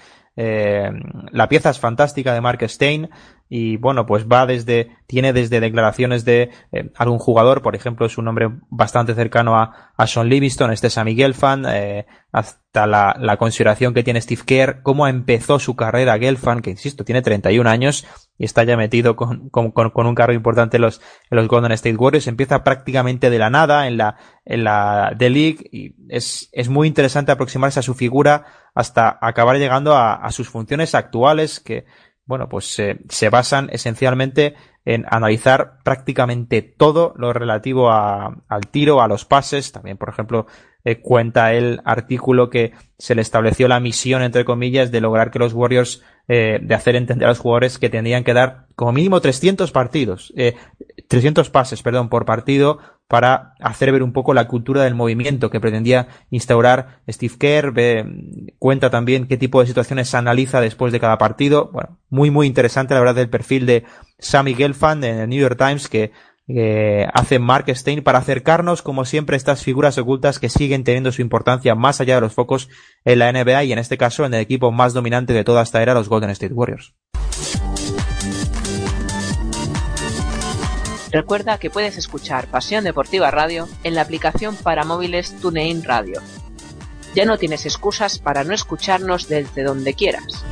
Speaker 5: La pieza es fantástica de Mark Stein y bueno, pues tiene desde declaraciones de algún jugador, por ejemplo, es un nombre bastante cercano a Sean Livingston, Sammy Gelfand, hasta la consideración que tiene Steve Kerr, cómo empezó su carrera Gelfand, que insisto, tiene 31 años y está ya metido con un cargo importante en los Golden State Warriors. Empieza prácticamente de la nada en la D-League y es muy interesante aproximarse a su figura hasta acabar llegando a sus funciones actuales, que bueno, pues se basan esencialmente en analizar prácticamente todo lo relativo al tiro, a los pases. También, por ejemplo, cuenta el artículo que se le estableció la misión, entre comillas, de lograr que los Warriors, de hacer entender a los jugadores que tendrían que dar como mínimo 300 pases, por partido, para hacer ver un poco la cultura del movimiento que pretendía instaurar Steve Kerr. Cuenta también qué tipo de situaciones se analiza después de cada partido. Bueno, muy muy interesante la verdad el perfil de Sammy Gelfand en el New York Times que hace Mark Stein para acercarnos como siempre a estas figuras ocultas que siguen teniendo su importancia más allá de los focos en la NBA y en este caso en el equipo más dominante de toda esta era, los Golden State Warriors.
Speaker 8: Recuerda que puedes escuchar Pasión Deportiva Radio en la aplicación para móviles TuneIn Radio. Ya no tienes excusas para no escucharnos desde donde quieras.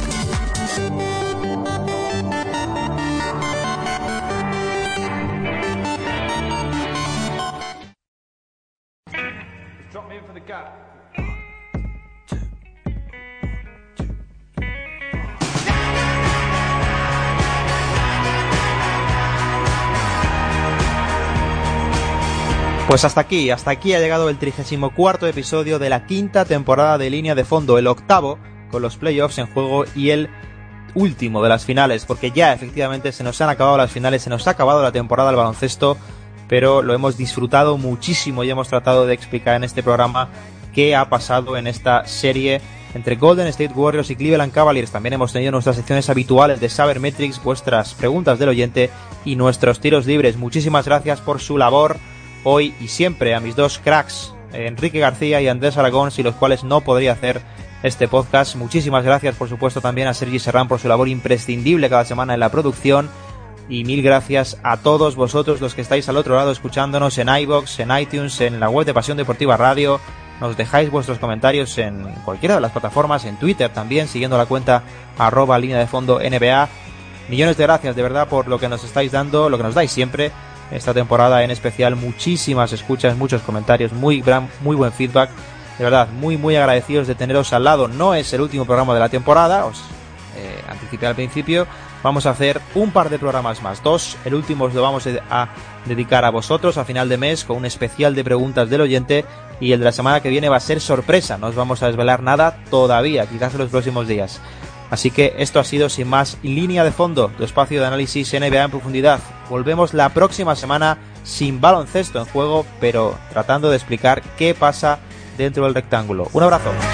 Speaker 5: Pues hasta aquí ha llegado el 34º episodio de la quinta temporada de Línea de Fondo, el octavo con los playoffs en juego y el último de las finales, porque ya efectivamente se nos han acabado las finales, se nos ha acabado la temporada del baloncesto, pero lo hemos disfrutado muchísimo y hemos tratado de explicar en este programa qué ha pasado en esta serie entre Golden State Warriors y Cleveland Cavaliers. También hemos tenido nuestras secciones habituales de Sabermetrics, vuestras preguntas del oyente y nuestros tiros libres. Muchísimas gracias por su labor hoy y siempre a mis dos cracks, Enrique García y Andrés Aragón, sin los cuales no podría hacer este podcast. Muchísimas gracias, por supuesto, también a Sergi Serrán por su labor imprescindible cada semana en la producción. Y mil gracias a todos vosotros los que estáis al otro lado escuchándonos en iVoox, en iTunes, en la web de Pasión Deportiva Radio. Nos dejáis vuestros comentarios en cualquiera de las plataformas, en Twitter también, siguiendo la cuenta ¡Línea de Fondo NBA. Millones de gracias de verdad por lo que nos estáis dando, lo que nos dais siempre. Esta temporada en especial, muchísimas escuchas, muchos comentarios, muy buen feedback. De verdad, muy agradecidos de teneros al lado. No es el último programa de la temporada, os anticipé al principio. Vamos a hacer un par de programas más, 2. El último os lo vamos a dedicar a vosotros a final de mes con un especial de preguntas del oyente. Y el de la semana que viene va a ser sorpresa, no os vamos a desvelar nada todavía, quizás en los próximos días. Así que esto ha sido sin más Línea de Fondo, tu espacio de análisis NBA en profundidad. Volvemos la próxima semana sin baloncesto en juego, pero tratando de explicar qué pasa dentro del rectángulo. Un abrazo.